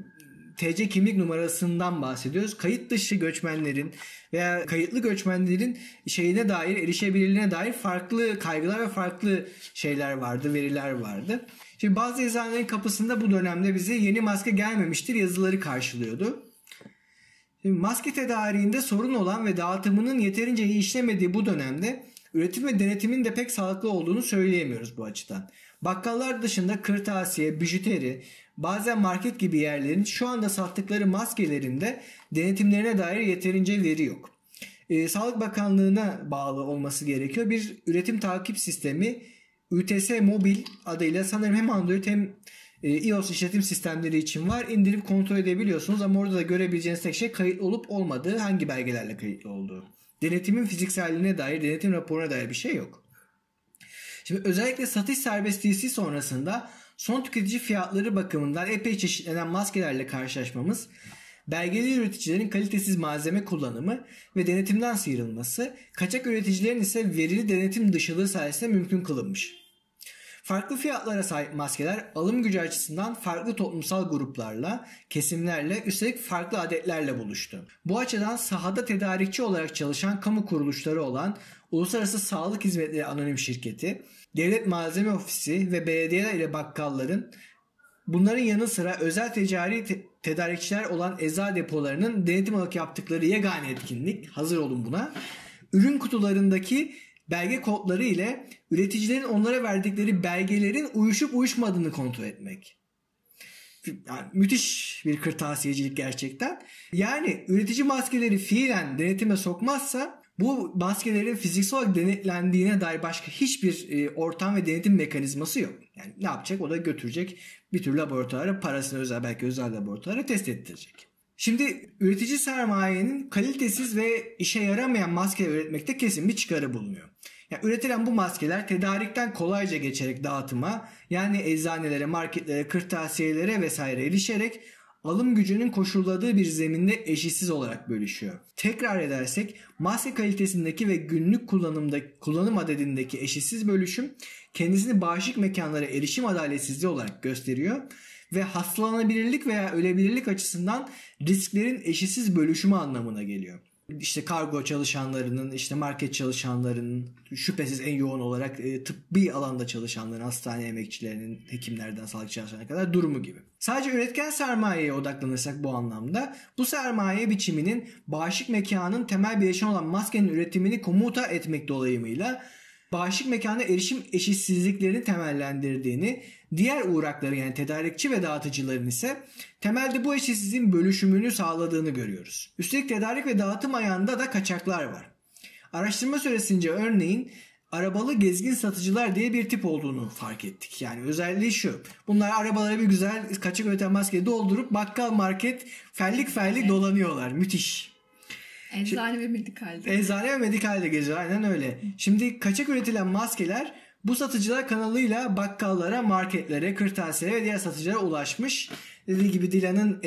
TC kimlik numarasından bahsediyoruz. Kayıt dışı göçmenlerin veya kayıtlı göçmenlerin erişebilirliğine dair farklı kaygılar ve farklı şeyler vardı, veriler vardı. Şimdi bazı eczanelerin kapısında bu dönemde bize yeni maske gelmemiştir yazıları karşılıyordu. Şimdi maske tedariğinde sorun olan ve dağıtımının yeterince iyi işlemediği bu dönemde üretim ve denetimin de pek sağlıklı olduğunu söyleyemiyoruz bu açıdan. Bakkallar dışında kırtasiye, bijuteri, bazen market gibi yerlerin şu anda sattıkları maskelerinde denetimlerine dair yeterince veri yok. Sağlık Bakanlığı'na bağlı olması gerekiyor. Bir üretim takip sistemi ÜTS Mobil adıyla sanırım hem Android hem iOS işletim sistemleri için var. İndirip kontrol edebiliyorsunuz ama orada da görebileceğiniz tek şey kayıtlı olup olmadığı, hangi belgelerle kayıtlı olduğu. Denetimin fizikselliğine dair, denetim raporuna dair bir şey yok. Şimdi özellikle satış serbestliği sonrasında son tüketici fiyatları bakımından epey çeşitlenen maskelerle karşılaşmamız, belgeli üreticilerin kalitesiz malzeme kullanımı ve denetimden sıyrılması, kaçak üreticilerin ise verili denetim dışılığı sayesinde mümkün kılınmış. Farklı fiyatlara sahip maskeler alım gücü açısından farklı toplumsal gruplarla, kesimlerle, üstelik farklı adetlerle buluştu. Bu açıdan sahada tedarikçi olarak çalışan kamu kuruluşları olan Uluslararası Sağlık Hizmetleri Anonim Şirketi, Devlet Malzeme Ofisi ve belediyeler ile bakkalların, bunların yanı sıra özel ticari tedarikçiler olan eczacı depolarının denetim olarak yaptıkları yegane etkinlik, hazır olun buna, ürün kutularındaki belge kodları ile üreticilerin onlara verdikleri belgelerin uyuşup uyuşmadığını kontrol etmek. Yani müthiş bir kırtasiyecilik gerçekten. Yani üretici maskeleri fiilen denetime sokmazsa bu maskelerin fiziksel olarak denetlendiğine dair başka hiçbir ortam ve denetim mekanizması yok. Yani ne yapacak? O da götürecek bir tür laboratuvara, parasını belki özel laboratuvara test ettirecek. Şimdi üretici sermayenin kalitesiz ve işe yaramayan maske üretmekte kesin bir çıkarı bulunuyor. Yani üretilen bu maskeler tedarikten kolayca geçerek dağıtıma, yani eczanelere, marketlere, kırtasiyelere vesaire erişerek alım gücünün koşulladığı bir zeminde eşitsiz olarak bölüşüyor. Tekrar edersek maske kalitesindeki ve günlük kullanım adedindeki eşitsiz bölüşüm kendisini bağışık mekanlara erişim adaletsizliği olarak gösteriyor ve hastalanabilirlik veya ölebilirlik açısından risklerin eşitsiz bölüşümü anlamına geliyor. İşte kargo çalışanlarının, işte market çalışanlarının, şüphesiz en yoğun olarak tıbbi alanda çalışanların, hastane emekçilerinin, hekimlerden sağlık çalışanlarına kadar durumu gibi. Sadece üretken sermayeye odaklanırsak bu anlamda, bu sermaye biçiminin bağışık mekanın temel bileşeni olan maskenin üretimini komuta etmek dolayımıyla bağışık mekana erişim eşitsizliklerini temellendirdiğini, diğer uğrakları yani tedarikçi ve dağıtıcıların ise temelde bu eşitsizliğin bölüşümünü sağladığını görüyoruz. Üstelik tedarik ve dağıtım ayağında da kaçaklar var. Araştırma süresince örneğin arabalı gezgin satıcılar diye bir tip olduğunu fark ettik. Yani özelliği şu: bunlar arabalara bir güzel kaçak üreten maskeyi doldurup bakkal, market fellik dolanıyorlar. Müthiş. Eczane ve medikalde. Eczane ve medikalde geziyor, aynen öyle. Şimdi kaçak üretilen maskeler Bu satıcılar kanalıyla bakkallara, marketlere, kırtasiyelere ve diğer satıcılara ulaşmış. Dediği gibi Dilan'ın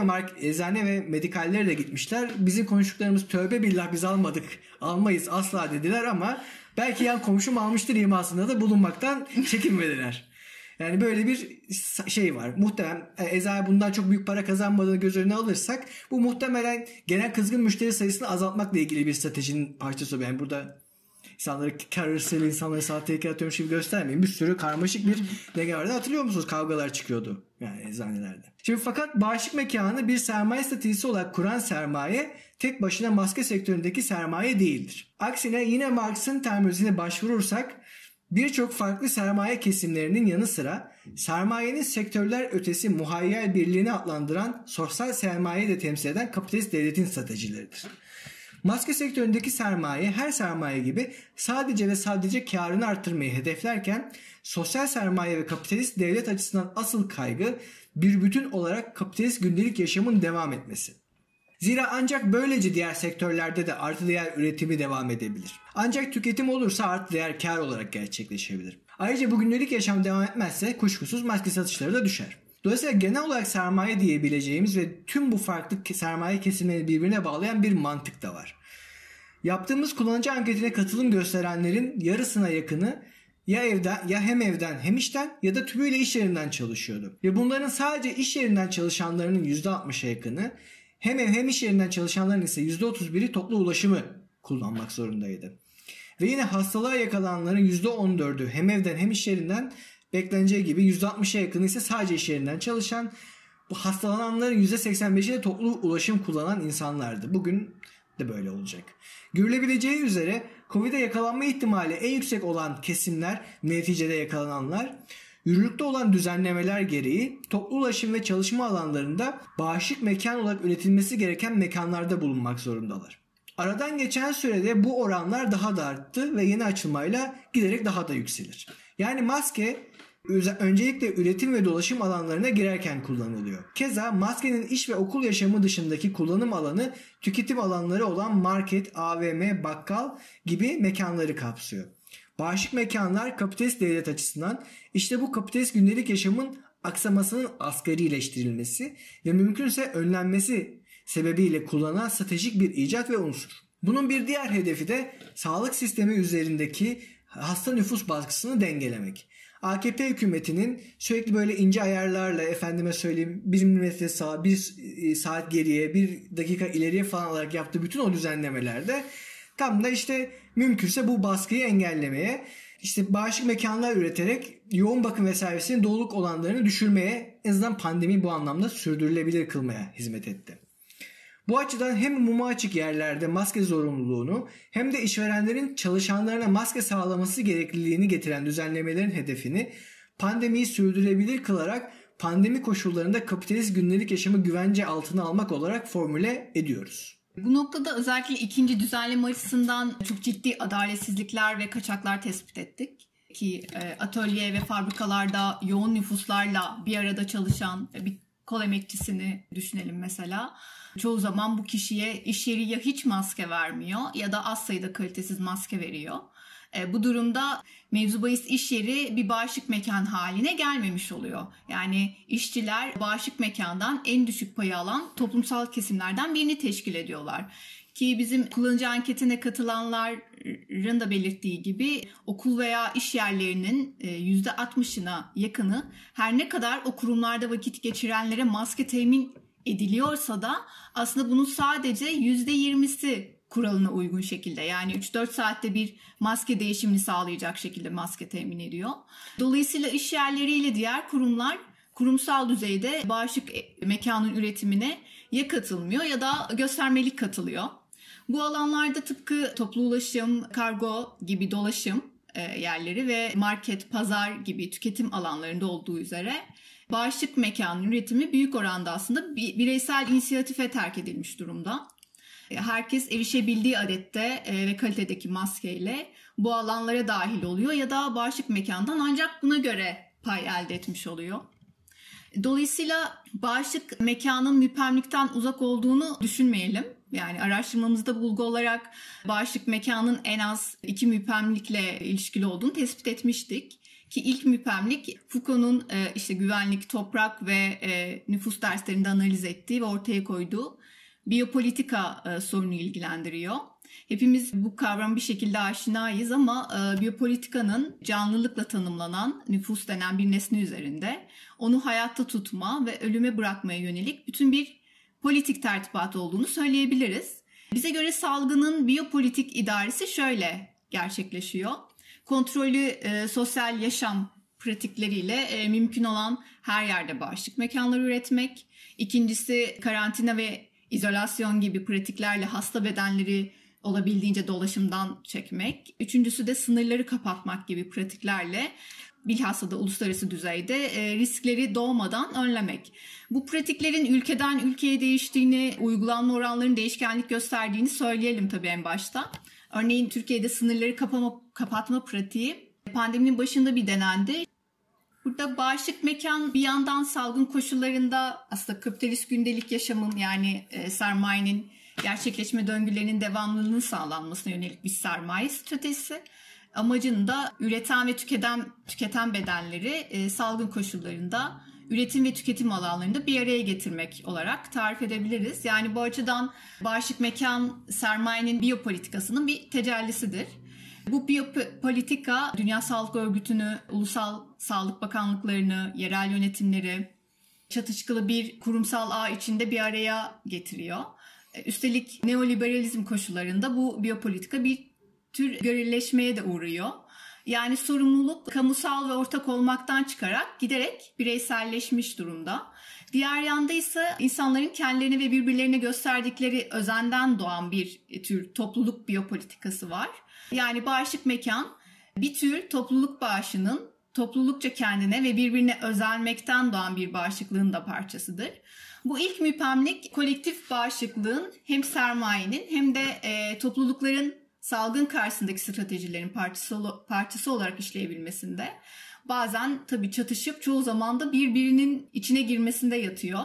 eczane ve medikallere de gitmişler. Bizim konuştuklarımız tövbe billah biz almadık, almayız asla dediler ama belki yan komşum almıştır imasında da bulunmaktan çekinmediler. Yani böyle bir şey var. Muhtemelen eczane bundan çok büyük para kazanmadığını göz önüne alırsak bu muhtemelen genel kızgın müşteri sayısını azaltmakla ilgili bir stratejinin parçası. Yani burada İnsanları kar hırsıyla insanları saat tehlikeli atıyormuş gibi göstermeyin. Bir sürü karmaşık bir denge vardı. Hatırlıyor musunuz? Kavgalar çıkıyordu yani eczanelerde. Şimdi fakat bağışık mekanı bir sermaye stratejisi olarak kuran sermaye tek başına maske sektöründeki sermaye değildir. Aksine yine Marx'ın terminolojisine başvurursak birçok farklı sermaye kesimlerinin yanı sıra sermayenin sektörler ötesi muhayyel birliğini adlandıran sosyal sermayeyi de temsil eden kapitalist devletin stratejileridir. Maske sektöründeki sermaye her sermaye gibi sadece ve sadece karını arttırmayı hedeflerken sosyal sermaye ve kapitalist devlet açısından asıl kaygı bir bütün olarak kapitalist gündelik yaşamın devam etmesi. Zira ancak böylece diğer sektörlerde de artı değer üretimi devam edebilir. Ancak tüketim olursa artı değer kar olarak gerçekleşebilir. Ayrıca bu gündelik yaşam devam etmezse kuşkusuz maske satışları da düşer. Dolayısıyla genel olarak sermaye diyebileceğimiz ve tüm bu farklı sermaye kesimlerini birbirine bağlayan bir mantık da var. Yaptığımız kullanıcı anketine katılım gösterenlerin yarısına yakını ya hem evden hem işten ya da tümüyle iş yerinden çalışıyordu. Ve bunların sadece iş yerinden çalışanlarının %60'a yakını hem ev hem iş yerinden çalışanların ise %31'i toplu ulaşımı kullanmak zorundaydı. Ve yine hastalığa yakalananların %14'ü hem evden hem iş yerinden, bekleneceği gibi %60'a yakını ise sadece iş yerinden çalışan, bu hastalananların %85'i de toplu ulaşım kullanan insanlardı. Bugün de böyle olacak. Görülebileceği üzere Covid'e yakalanma ihtimali en yüksek olan kesimler, neticede yakalananlar, yürürlükte olan düzenlemeler gereği toplu ulaşım ve çalışma alanlarında bağışık mekan olarak üretilmesi gereken mekanlarda bulunmak zorundalar. Aradan geçen sürede bu oranlar daha da arttı ve yeni açılmayla giderek daha da yükselir. Yani maske öncelikle üretim ve dolaşım alanlarına girerken kullanılıyor. Keza maskenin iş ve okul yaşamı dışındaki kullanım alanı tüketim alanları olan market, AVM, bakkal gibi mekanları kapsıyor. Bağışık mekanlar kapitalist devlet açısından işte bu kapitalist gündelik yaşamın aksamasının asgarileştirilmesi ve mümkünse önlenmesi sebebiyle kullanılan stratejik bir icat ve unsur. Bunun bir diğer hedefi de sağlık sistemi üzerindeki hasta nüfus baskısını dengelemek. AKP hükümetinin sürekli böyle ince ayarlarla efendime söyleyeyim 1 milimetre sağa 1 saat geriye 1 dakika ileriye falan olarak yaptığı bütün o düzenlemelerde tam da işte mümkünse bu baskıyı engellemeye, işte bağışık mekanlar üreterek yoğun bakım ve servisinin doluluk olanlarını düşürmeye, en azından pandemiyi bu anlamda sürdürülebilir kılmaya hizmet etti. Bu açıdan hem mumu açık yerlerde maske zorunluluğunu hem de işverenlerin çalışanlarına maske sağlaması gerekliliğini getiren düzenlemelerin hedefini pandemiyi sürdürülebilir kılarak pandemi koşullarında kapitalist gündelik yaşamı güvence altına almak olarak formüle ediyoruz. Bu noktada özellikle ikinci düzenleme açısından çok ciddi adaletsizlikler ve kaçaklar tespit ettik. Ki atölye ve fabrikalarda yoğun nüfuslarla bir arada çalışan bir kol emekçisini düşünelim mesela. Çoğu zaman bu kişiye iş yeri ya hiç maske vermiyor ya da az sayıda kalitesiz maske veriyor. Bu durumda mevzu bahis iş yeri bir bağışık mekan haline gelmemiş oluyor. Yani işçiler bağışık mekandan en düşük payı alan toplumsal kesimlerden birini teşkil ediyorlar. Ki bizim kullanıcı anketine katılanların da belirttiği gibi okul veya iş yerlerinin %60'ına yakını her ne kadar o kurumlarda vakit geçirenlere maske temin ediliyorsa da aslında bunun sadece %20'si kuralına uygun şekilde, yani 3-4 saatte bir maske değişimini sağlayacak şekilde maske temin ediyor. Dolayısıyla iş yerleriyle diğer kurumlar kurumsal düzeyde bağışık mekanın üretimine ya katılmıyor ya da göstermelik katılıyor. Bu alanlarda tıpkı toplu ulaşım, kargo gibi dolaşım yerleri ve market, pazar gibi tüketim alanlarında olduğu üzere bağışık mekanın üretimi büyük oranda aslında bireysel inisiyatife terk edilmiş durumda. Herkes erişebildiği adette ve kalitedeki maskeyle bu alanlara dahil oluyor ya da bağışık mekandan ancak buna göre pay elde etmiş oluyor. Dolayısıyla bağışık mekanın müphemlikten uzak olduğunu düşünmeyelim Yani araştırmamızda bulgu olarak bağışıklık mekanın en az 2 müphemlikle ilişkili olduğunu tespit etmiştik. Ki ilk müphemlik Foucault'un işte güvenlik, toprak ve nüfus derslerinde analiz ettiği ve ortaya koyduğu biyopolitika sorunu ilgilendiriyor. Hepimiz bu kavram bir şekilde aşinayız ama biyopolitikanın canlılıkla tanımlanan nüfus denen bir nesne üzerinde onu hayatta tutma ve ölüme bırakmaya yönelik bütün bir politik tertibat olduğunu söyleyebiliriz. Bize göre salgının biyopolitik idaresi şöyle gerçekleşiyor. Kontrollü sosyal yaşam pratikleriyle mümkün olan her yerde bağışıklık mekanları üretmek. İkincisi karantina ve izolasyon gibi pratiklerle hasta bedenleri olabildiğince dolaşımdan çekmek. Üçüncüsü de sınırları kapatmak gibi pratiklerle bilhassa da uluslararası düzeyde riskleri doğmadan önlemek. Bu pratiklerin ülkeden ülkeye değiştiğini, uygulanma oranlarının değişkenlik gösterdiğini söyleyelim tabii en başta. Örneğin Türkiye'de sınırları kapatma pratiği pandeminin başında bir denendi. Burada bağışıklık mekan bir yandan salgın koşullarında aslında kapitalist gündelik yaşamın yani sermayenin gerçekleşme döngülerinin devamlılığının sağlanmasına yönelik bir sermaye stratejisi. Amacını da üreten ve tüketen bedenleri salgın koşullarında üretim ve tüketim alanlarında bir araya getirmek olarak tarif edebiliriz. Yani bu açıdan bağışıklık mekan sermayenin biyopolitikasının bir tecellisidir. Bu biyopolitika Dünya Sağlık Örgütü'nü, ulusal sağlık bakanlıklarını, yerel yönetimleri çatışkılı bir kurumsal ağ içinde bir araya getiriyor. Üstelik neoliberalizm koşullarında bu biyopolitika bir tür görilleşmeye de uğruyor. Yani sorumluluk kamusal ve ortak olmaktan çıkarak giderek bireyselleşmiş durumda. Diğer yanda ise insanların kendilerine ve birbirlerine gösterdikleri özenden doğan bir tür topluluk biyopolitikası var. Yani bağışıklık mekan bir tür topluluk bağışının toplulukça kendine ve birbirine özenmekten doğan bir bağışıklığın da parçasıdır. Bu ilk müphemlik kolektif bağışıklığın hem sermayenin hem de toplulukların salgın karşısındaki stratejilerin parçası olarak işleyebilmesinde bazen tabii çatışıp çoğu zaman da birbirinin içine girmesinde yatıyor.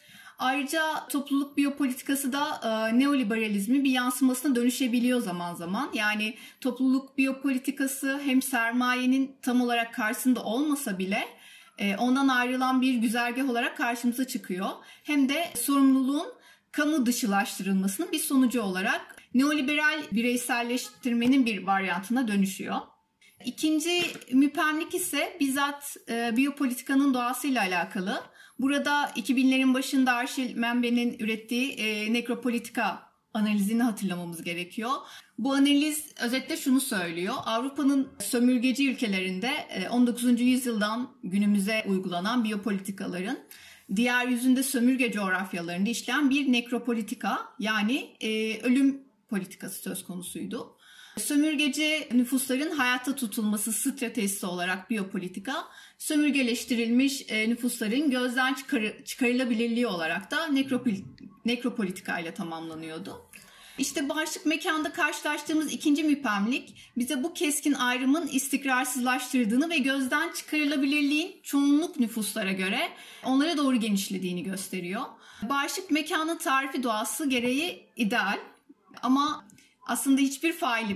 Ayrıca topluluk biyopolitikası da neoliberalizmin bir yansımasına dönüşebiliyor zaman zaman. Yani topluluk biyopolitikası hem sermayenin tam olarak karşısında olmasa bile ondan ayrılan bir güzergah olarak karşımıza çıkıyor. Hem de sorumluluğun kamu dışılaştırılmasının bir sonucu olarak neoliberal bireyselleştirmenin bir varyantına dönüşüyor. İkinci müphemlik ise bizzat biyopolitikanın doğasıyla alakalı. Burada 2000'lerin başında Arşil Membe'nin ürettiği nekropolitika analizini hatırlamamız gerekiyor. Bu analiz özetle şunu söylüyor. Avrupa'nın sömürgeci ülkelerinde 19. yüzyıldan günümüze uygulanan biyopolitikaların diğer yüzünde sömürge coğrafyalarında işleyen bir nekropolitika yani ölüm politikası söz konusuydu. Sömürgeci nüfusların hayatta tutulması stratejisi olarak biyopolitika, sömürgeleştirilmiş nüfusların gözden çıkarılabilirliği olarak da nekropolitika ile tamamlanıyordu. İşte bağışıklık mekanda karşılaştığımız ikinci müphemlik bize bu keskin ayrımın istikrarsızlaştırdığını ve gözden çıkarılabilirliğin çoğunluk nüfuslara göre onlara doğru genişlediğini gösteriyor. Bağışıklık mekanın tarifi doğası gereği ideal ama aslında hiçbir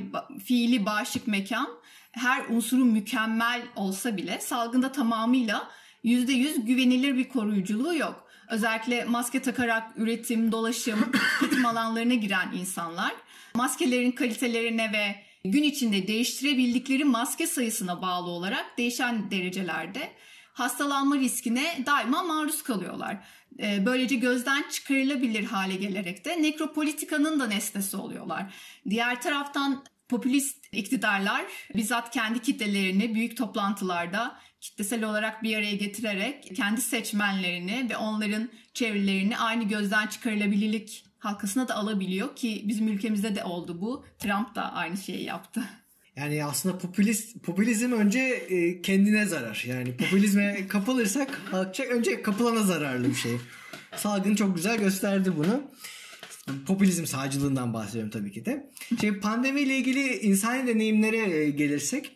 fiili bağışıklık mekan her unsuru mükemmel olsa bile salgında tamamıyla %100 güvenilir bir koruyuculuğu yok. Özellikle maske takarak üretim, dolaşım, tüketim alanlarına giren insanlar maskelerin kalitelerine ve gün içinde değiştirebildikleri maske sayısına bağlı olarak değişen derecelerde hastalanma riskine daima maruz kalıyorlar. Böylece gözden çıkarılabilir hale gelerek de nekropolitikanın da nesnesi oluyorlar. Diğer taraftan popülist iktidarlar bizzat kendi kitlelerini büyük toplantılarda kitlesel olarak bir araya getirerek kendi seçmenlerini ve onların çevrelerini aynı gözden çıkarılabilirlik halkasına da alabiliyor ki bizim ülkemizde de oldu bu. Trump da aynı şeyi yaptı. Yani aslında popülizm önce kendine zarar. Yani popülizme kapılırsak önce kapılana zararlı bir şey. Salgın çok güzel gösterdi bunu. Popülizm sağcılığından bahsediyorum tabii ki de. Pandemiyle ilgili insani deneyimlere gelirsek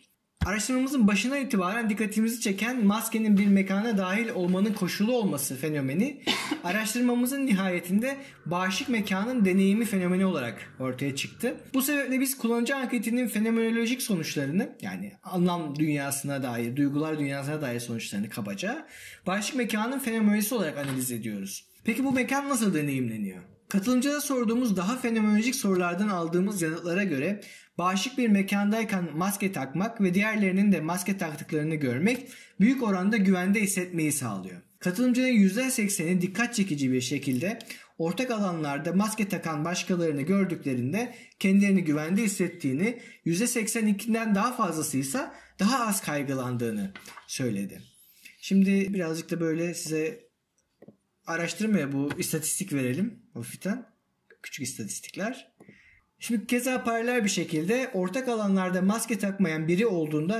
Araştırmamızın başına itibaren dikkatimizi çeken maskenin bir mekana dahil olmanın koşulu olması fenomeni, araştırmamızın nihayetinde bağışık mekanın deneyimi fenomeni olarak ortaya çıktı. Bu sebeple biz kullanıcı anketinin fenomenolojik sonuçlarını, yani anlam dünyasına dair, duygular dünyasına dair sonuçlarını kabaca bağışık mekanın fenomenolojisi olarak analiz ediyoruz. Peki bu mekan nasıl deneyimleniyor? Katılımcılara sorduğumuz daha fenomenolojik sorulardan aldığımız yanıtlara göre bağışık bir mekandayken maske takmak ve diğerlerinin de maske taktıklarını görmek büyük oranda güvende hissetmeyi sağlıyor. Katılımcıların %80'i dikkat çekici bir şekilde ortak alanlarda maske takan başkalarını gördüklerinde kendilerini güvende hissettiğini, %82'den daha fazlası ise daha az kaygılandığını söyledi. Şimdi birazcık da böyle size araştırmaya bu istatistik verelim hafiften. Küçük istatistikler. Şimdi keza paralel bir şekilde ortak alanlarda maske takmayan biri olduğunda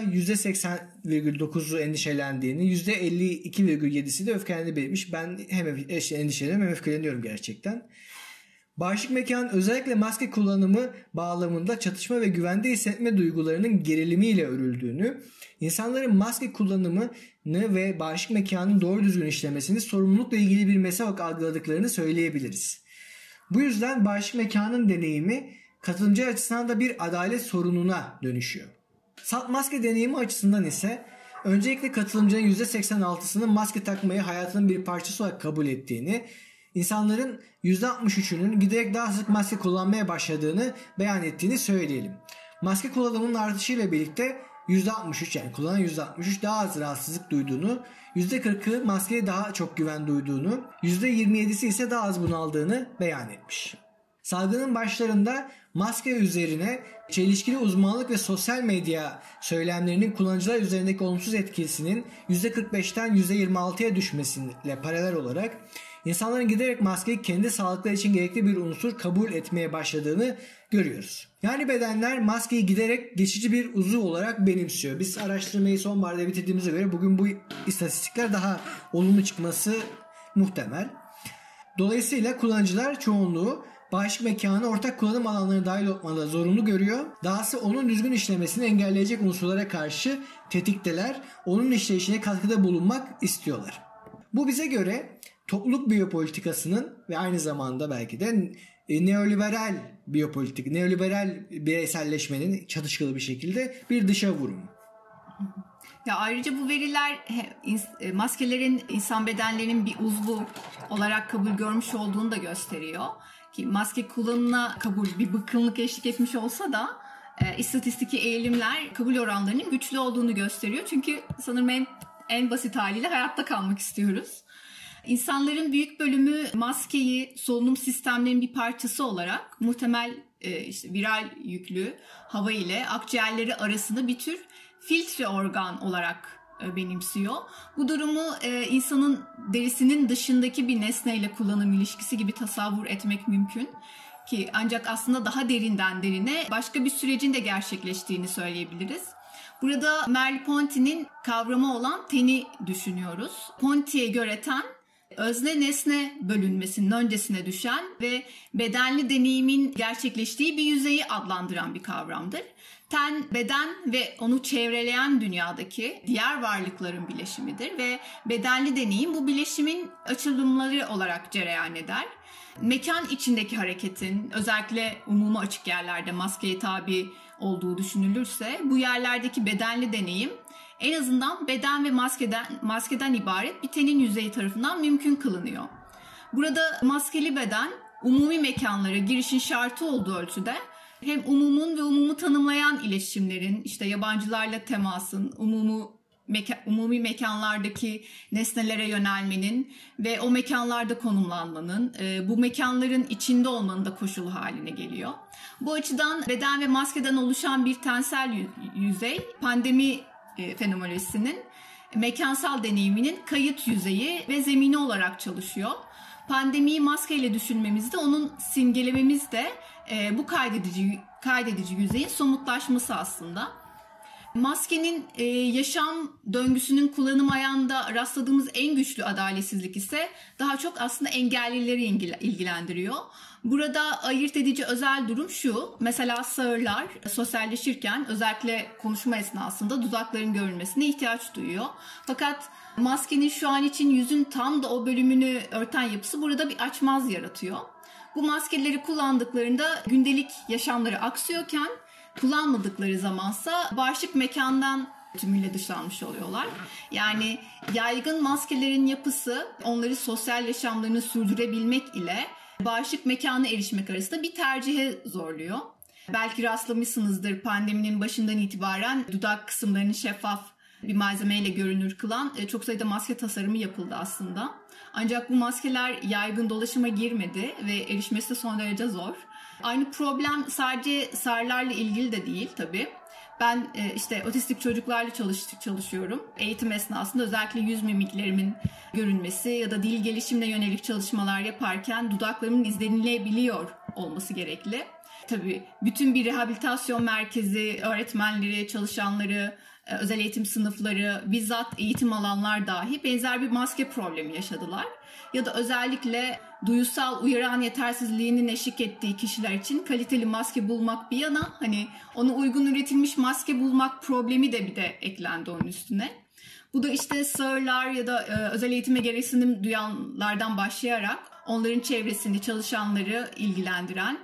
%80,9'u endişelendiğini, %52,7'si de öfkelendiğini belirtmiş. Ben hem endişeleniyorum hem öfkeleniyorum gerçekten. Bağışık mekan özellikle maske kullanımı bağlamında çatışma ve güvende hissetme duygularının gerilimiyle örüldüğünü, insanların maske kullanımını ve bağışık mekanın doğru düzgün işlemesini sorumlulukla ilgili bir mesele olarak algıladıklarını söyleyebiliriz. Bu yüzden bağışık mekanın deneyimi katılımcı açısından da bir adalet sorununa dönüşüyor. Salt maske deneyimi açısından ise öncelikle katılımcının %86'sının maske takmayı hayatının bir parçası olarak kabul ettiğini, İnsanların %63'ünün giderek daha sık maske kullanmaya başladığını beyan ettiğini söyleyelim. Maske kullanımının artışıyla birlikte %63, yani kullanan %63 daha az rahatsızlık duyduğunu, %40'ı maskeye daha çok güven duyduğunu, %27'si ise daha az bunaldığını beyan etmiş. Salgının başlarında maske üzerine çelişkili uzmanlık ve sosyal medya söylemlerinin kullanıcılar üzerindeki olumsuz etkisinin %45'ten %26'ya düşmesiyle paralel olarak İnsanların giderek maskeyi kendi sağlıkları için gerekli bir unsur kabul etmeye başladığını görüyoruz. Yani bedenler maskeyi giderek geçici bir uzuv olarak benimsiyor. Biz araştırmayı sonbaharda bitirdiğimize göre bugün bu istatistikler daha olumlu çıkması muhtemel. Dolayısıyla kullanıcılar çoğunluğu bağışık mekanı ortak kullanım alanlarına dahil olmada zorunlu görüyor. Dahası onun düzgün işlemesini engelleyecek unsurlara karşı tetikteler. Onun işleyişine katkıda bulunmak istiyorlar. Bu bize göre topluluk biyopolitikasının ve aynı zamanda belki de neoliberal biyopolitik, neoliberal bireyselleşmenin çatışkılı bir şekilde bir dışa vurumu. Ya ayrıca bu veriler maskelerin insan bedenlerinin bir uzvu olarak kabul görmüş olduğunu da gösteriyor. Ki maske kullanımına kabul bir bıkkınlık eşlik etmiş olsa da istatistiki eğilimler kabul oranlarının güçlü olduğunu gösteriyor. Çünkü sanırım en basit haliyle hayatta kalmak istiyoruz. İnsanların büyük bölümü maskeyi solunum sistemlerinin bir parçası olarak muhtemel viral yüklü hava ile akciğerleri arasında bir tür filtre organ olarak benimsiyor. Bu durumu insanın derisinin dışındaki bir nesneyle kullanım ilişkisi gibi tasavvur etmek mümkün. Ki ancak aslında daha derinden derine başka bir sürecin de gerçekleştiğini söyleyebiliriz. Burada Merleau-Ponty'nin kavramı olan teni düşünüyoruz. Ponty'ye göre ten, özne nesne bölünmesinin öncesine düşen ve bedenli deneyimin gerçekleştiği bir yüzeyi adlandıran bir kavramdır. Ten, beden ve onu çevreleyen dünyadaki diğer varlıkların bileşimidir ve bedenli deneyim bu bileşimin açılımları olarak cereyan eder. Mekan içindeki hareketin özellikle umuma açık yerlerde maskeye tabi olduğu düşünülürse bu yerlerdeki bedenli deneyim en azından beden ve maskeden ibaret bir tenin yüzeyi tarafından mümkün kılınıyor. Burada maskeli beden umumi mekanlara girişin şartı olduğu ölçüde hem umumun ve umumu tanımlayan iletişimlerin, işte yabancılarla temasın, umumi mekanlardaki nesnelere yönelmenin ve o mekanlarda konumlanmanın, bu mekanların içinde olmanın da koşulu haline geliyor. Bu açıdan beden ve maskeden oluşan bir tensel yüzey, pandemi fenomenolojisinin mekansal deneyiminin kayıt yüzeyi ve zemini olarak çalışıyor. Pandemiyi maskeyle düşünmemiz de onun simgelememiz de bu kaydedici yüzeyin somutlaşması aslında. Maskenin yaşam döngüsünün kullanım ayağında rastladığımız en güçlü adaletsizlik ise daha çok aslında engellileri ilgilendiriyor. Burada ayırt edici özel durum şu: mesela sağırlar sosyalleşirken özellikle konuşma esnasında dudakların görülmesine ihtiyaç duyuyor. Fakat maskenin şu an için yüzün tam da o bölümünü örten yapısı burada bir açmaz yaratıyor. Bu maskeleri kullandıklarında gündelik yaşamları aksıyorken kullanmadıkları zamansa bağışıklık mekandan tümüyle dışlanmış oluyorlar. Yani yaygın maskelerin yapısı onları sosyal yaşamlarını sürdürebilmek ile bağışıklık mekana erişmek arasında bir tercihe zorluyor. Belki rastlamışsınızdır, pandeminin başından itibaren dudak kısımlarını şeffaf bir malzemeyle görünür kılan çok sayıda maske tasarımı yapıldı aslında. Ancak bu maskeler yaygın dolaşıma girmedi ve erişmesi de son derece zor. Aynı problem sadece sağırlarla ilgili de değil tabii. Ben işte otistik çocuklarla çalışıyorum. Eğitim esnasında özellikle yüz mimiklerimin görünmesi ya da dil gelişimine yönelik çalışmalar yaparken dudaklarımın izlenilebiliyor olması gerekli. Tabii bütün bir rehabilitasyon merkezi, öğretmenleri, çalışanları, özel eğitim sınıfları, bizzat eğitim alanlar dahi benzer bir maske problemi yaşadılar. Ya da özellikle duyusal uyaran yetersizliğinin eşlik ettiği kişiler için kaliteli maske bulmak bir yana, hani ona uygun üretilmiş maske bulmak problemi de bir de eklendi onun üstüne. Bu da işte sağırlar ya da özel eğitime gereksinim duyanlardan başlayarak onların çevresini, çalışanları ilgilendiren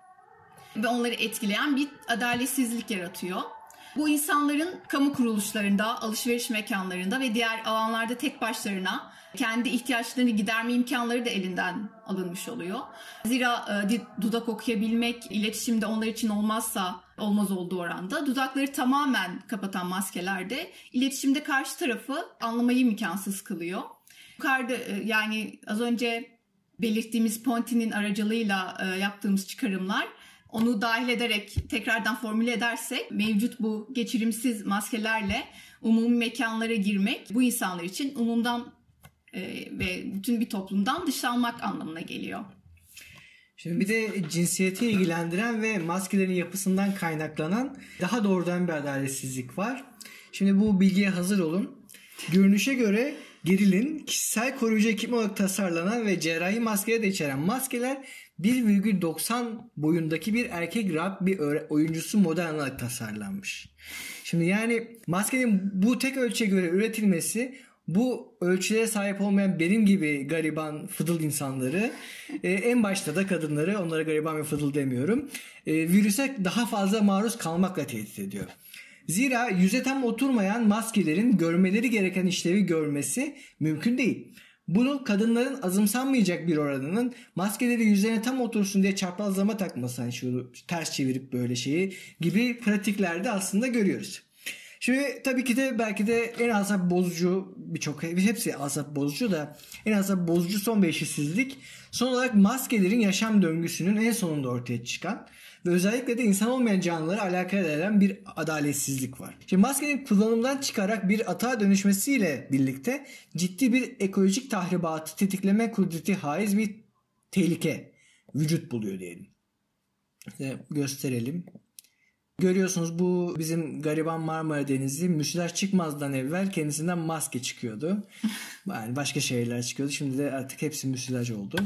ve onları etkileyen bir adaletsizlik yaratıyor. Bu insanların kamu kuruluşlarında, alışveriş mekanlarında ve diğer alanlarda tek başlarına kendi ihtiyaçlarını giderme imkanları da elinden alınmış oluyor. Zira dudak okuyabilmek iletişimde onlar için olmaz olduğu oranda dudakları tamamen kapatan maskelerde iletişimde karşı tarafı anlamayı imkansız kılıyor. Yukarıda yani az önce belirttiğimiz Ponti'nin aracılığıyla yaptığımız çıkarımlar, onu dahil ederek tekrardan formüle edersek mevcut bu geçirimsiz maskelerle umumi mekanlara girmek bu insanlar için umumdan ve bütün bir toplumdan dışlanmak anlamına geliyor. Şimdi bir de cinsiyeti ilgilendiren ve maskelerin yapısından kaynaklanan daha doğrudan bir adaletsizlik var. Şimdi bu bilgiye hazır olun. Görünüşe göre gerilin kişisel koruyucu ekipman olarak tasarlanan ve cerrahi maskeleri de içeren maskeler 1,90 boyundaki bir erkek rap bir oyuncusu model olarak tasarlanmış. Şimdi yani maskenin bu tek ölçüye göre üretilmesi bu ölçülere sahip olmayan benim gibi gariban fıdıl insanları, en başta da kadınları, onlara gariban ve fıdıl demiyorum, virüse daha fazla maruz kalmakla tehdit ediyor. Zira yüze tam oturmayan maskelerin görmeleri gereken işlevi görmesi mümkün değil. Bunu kadınların azımsanmayacak bir oranının maskeleri yüzlerine tam otursun diye çaprazlama takması, hani şu ters çevirip böyle şeyi gibi pratiklerde aslında görüyoruz. Şimdi tabii ki de belki de en asap bozucu hepsi asap bozucu da en asap bozucu son bir eşitsizlik. Son olarak maskelerin yaşam döngüsünün en sonunda ortaya çıkan ve özellikle de insan olmayan canlıları alakadar eden bir adaletsizlik var. Şimdi maskenin kullanımdan çıkarak bir atağa dönüşmesiyle birlikte ciddi bir ekolojik tahribatı tetikleme kudreti haiz bir tehlike vücut buluyor diyelim. İşte gösterelim. Görüyorsunuz bu bizim gariban Marmara Denizi müsilaj çıkmazdan evvel kendisinden maske çıkıyordu. Yani başka şeyler çıkıyordu. Şimdi de artık hepsi müsilaj oldu.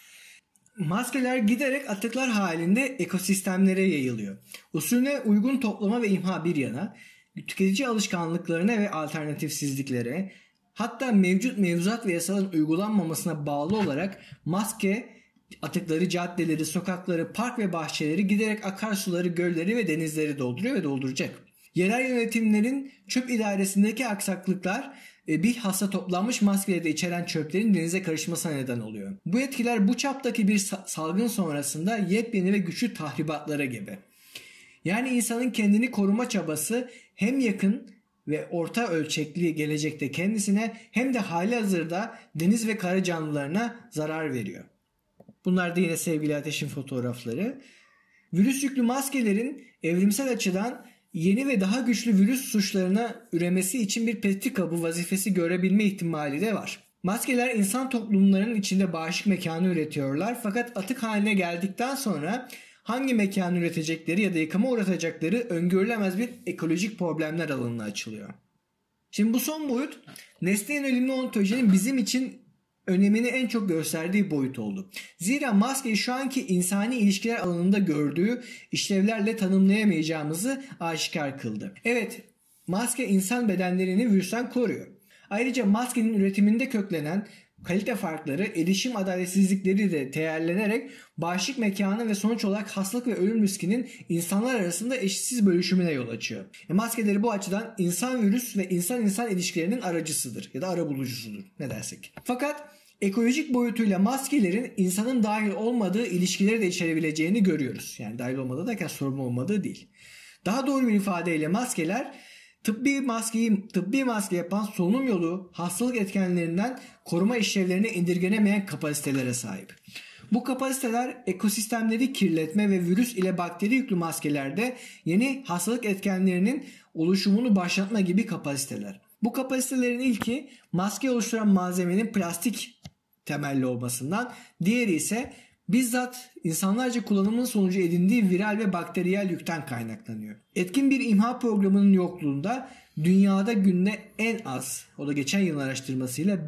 Maskeler giderek atıklar halinde ekosistemlere yayılıyor. Usulüne uygun toplama ve imha bir yana, tüketici alışkanlıklarına ve alternatifsizliklere, hatta mevcut mevzuat ve yasaların uygulanmamasına bağlı olarak maske atıkları, caddeleri, sokakları, park ve bahçeleri, giderek akarsuları, gölleri ve denizleri dolduruyor ve dolduracak. Yerel yönetimlerin çöp idaresindeki aksaklıklar bilhassa toplanmış maskeleri içeren çöplerin denize karışmasına neden oluyor. Bu etkiler bu çaptaki bir salgın sonrasında yepyeni ve güçlü tahribatlara gebe. Yani insanın kendini koruma çabası hem yakın ve orta ölçekli gelecekte kendisine hem de halihazırda deniz ve kara canlılarına zarar veriyor. Bunlar da yine sevgili Ateş'in fotoğrafları. Virüs yüklü maskelerin evrimsel açıdan yeni ve daha güçlü virüs suçlarına üremesi için bir petrikabı vazifesi görebilme ihtimali de var. Maskeler insan toplumlarının içinde bağışıklık mekanı üretiyorlar fakat atık haline geldikten sonra hangi mekanı üretecekleri ya da yıkama uğratacakları öngörülemez bir ekolojik problemler alanına açılıyor. Şimdi bu son boyut nesne yönelimli ontolojinin bizim için önemini en çok gösterdiği boyut oldu. Zira maskeyi şu anki insani ilişkiler alanında gördüğü işlevlerle tanımlayamayacağımızı aşikar kıldı. Evet, maske insan bedenlerini virüsten koruyor. Ayrıca maskenin üretiminde köklenen kalite farkları, erişim adaletsizlikleri de değerlenerek bağışıklık mekanı ve sonuç olarak hastalık ve ölüm riskinin insanlar arasında eşitsiz bölüşümüne yol açıyor. Maskeleri bu açıdan insan-virüs ve insan-insan ilişkilerinin aracısıdır ya da arabulucusudur, ne dersek. Fakat ekolojik boyutuyla maskelerin insanın dahil olmadığı ilişkileri de içerebileceğini görüyoruz. Yani dahil olmadığı derken sorumlu olmadığı değil. Daha doğru bir ifadeyle maskeler tıbbi maske yapan solunum yolu hastalık etkenlerinden koruma işlevlerine indirgenemeyen kapasitelere sahip. Bu kapasiteler ekosistemleri kirletme ve virüs ile bakteri yüklü maskelerde yeni hastalık etkenlerinin oluşumunu başlatma gibi kapasiteler. Bu kapasitelerin ilki maske oluşturan malzemenin plastik temelli olmasından, diğeri ise bizzat insanlarca kullanımın sonucu edindiği viral ve bakteriyel yükten kaynaklanıyor. Etkin bir imha programının yokluğunda dünyada günde en az, o da geçen yılın araştırmasıyla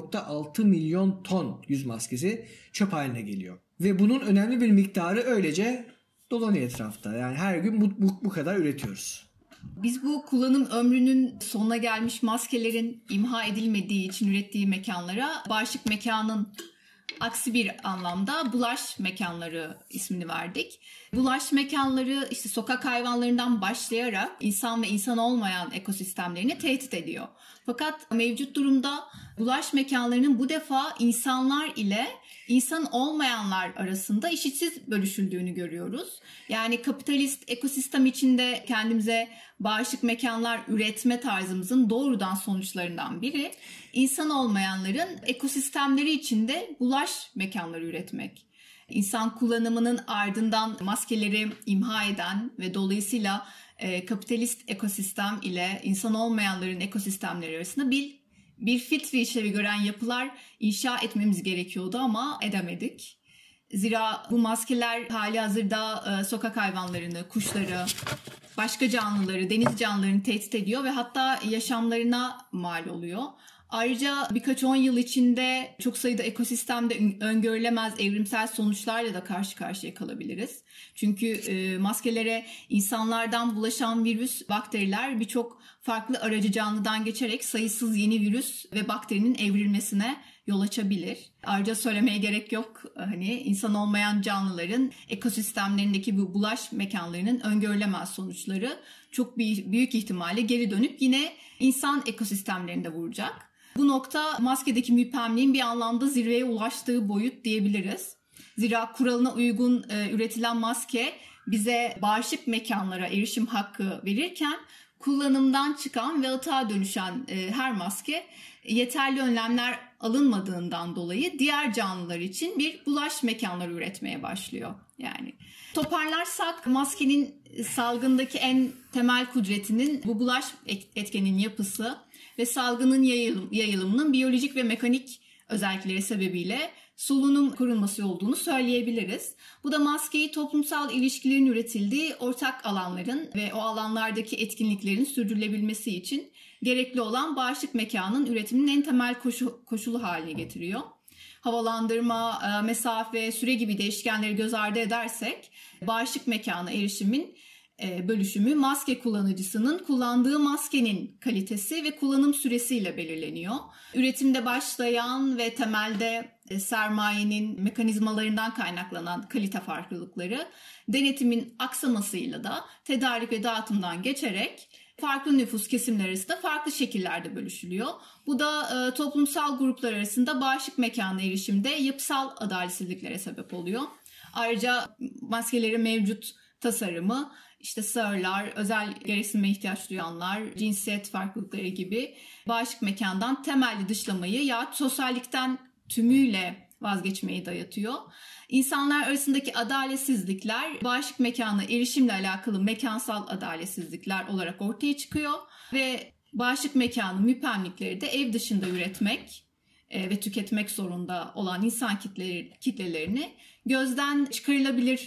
1.6 milyon ton yüz maskesi çöp haline geliyor. Ve bunun önemli bir miktarı öylece dolanıyor etrafta. Yani her gün bu kadar üretiyoruz. Biz bu kullanım ömrünün sonuna gelmiş maskelerin imha edilmediği için ürettiği mekanlara bağışıklık mekanın aksi bir anlamda bulaş mekanları ismini verdik. Bulaş mekanları işte sokak hayvanlarından başlayarak insan ve insan olmayan ekosistemlerini tehdit ediyor. Fakat mevcut durumda bulaş mekanlarının bu defa insanlar ile insan olmayanlar arasında eşitsiz bölüşüldüğünü görüyoruz. Yani kapitalist ekosistem içinde kendimize bağışık mekanlar üretme tarzımızın doğrudan sonuçlarından biri insan olmayanların ekosistemleri içinde bulaş mekanları üretmek. İnsan kullanımının ardından maskeleri imha eden ve dolayısıyla kapitalist ekosistem ile insan olmayanların ekosistemleri arasında bir filtre işlevi gören yapılar inşa etmemiz gerekiyordu ama edemedik. Zira bu maskeler hali hazırda sokak hayvanlarını, kuşları, başka canlıları, deniz canlılarını tehdit ediyor ve hatta yaşamlarına mal oluyor. Ayrıca birkaç 10 yıl içinde çok sayıda ekosistemde öngörülemez evrimsel sonuçlarla da karşı karşıya kalabiliriz. Çünkü maskelere insanlardan bulaşan virüs, bakteriler birçok farklı aracı canlıdan geçerek sayısız yeni virüs ve bakterinin evrilmesine yol açabilir. Ayrıca söylemeye gerek yok. Hani insan olmayan canlıların ekosistemlerindeki bu bulaş mekanlarının öngörülemez sonuçları çok büyük ihtimalle geri dönüp yine insan ekosistemlerinde vuracak. Bu nokta maskedeki müphemliğin bir anlamda zirveye ulaştığı boyut diyebiliriz. Zira kuralına uygun üretilen maske bize bağışık mekanlara erişim hakkı verirken kullanımdan çıkan ve atığa dönüşen her maske yeterli önlemler alınmadığından dolayı diğer canlılar için bir bulaş mekanları üretmeye başlıyor. Yani toparlarsak maskenin salgındaki en temel kudretinin bu bulaş etkenin yapısı ve salgının yayılımının biyolojik ve mekanik özellikleri sebebiyle solunum korunması olduğunu söyleyebiliriz. Bu da maskeyi toplumsal ilişkilerin üretildiği ortak alanların ve o alanlardaki etkinliklerin sürdürülebilmesi için gerekli olan bağışıklık mekanının üretiminin en temel koşulu haline getiriyor. Havalandırma, mesafe, süre gibi değişkenleri göz ardı edersek bağışıklık mekana erişimin bölüşümü maske kullanıcısının kullandığı maskenin kalitesi ve kullanım süresiyle belirleniyor. Üretimde başlayan ve temelde sermayenin mekanizmalarından kaynaklanan kalite farklılıkları denetimin aksamasıyla da tedarik ve dağıtımdan geçerek farklı nüfus kesimleri arasında farklı şekillerde bölüşülüyor. Bu da toplumsal gruplar arasında bağışıklık mekana erişimde yapısal adaletsizliklere sebep oluyor. Ayrıca maskelerin mevcut tasarımı, İşte sağırlar, özel gereksinime ihtiyaç duyanlar, cinsiyet farklılıkları gibi bağışıklık mekandan temelli dışlamayı ya sosyallikten tümüyle vazgeçmeyi dayatıyor. İnsanlar arasındaki adaletsizlikler bağışıklık mekana erişimle alakalı mekansal adaletsizlikler olarak ortaya çıkıyor ve bağışıklık mekanı müphemlikleri de ev dışında üretmek ve tüketmek zorunda olan insan kitlelerini gözden çıkarılabilir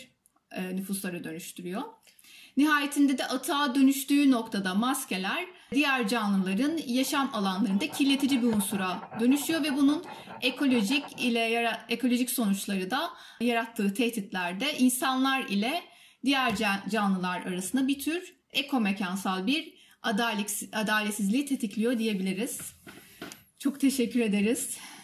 nüfuslara dönüştürüyor. Nihayetinde de atığa dönüştüğü noktada maskeler diğer yaşam alanlarında kirletici bir unsura dönüşüyor ve bunun ekolojik sonuçları da yarattığı tehditlerde insanlar ile diğer canlılar arasında bir tür ekomekansal bir adaletsizliği tetikliyor diyebiliriz. Çok teşekkür ederiz.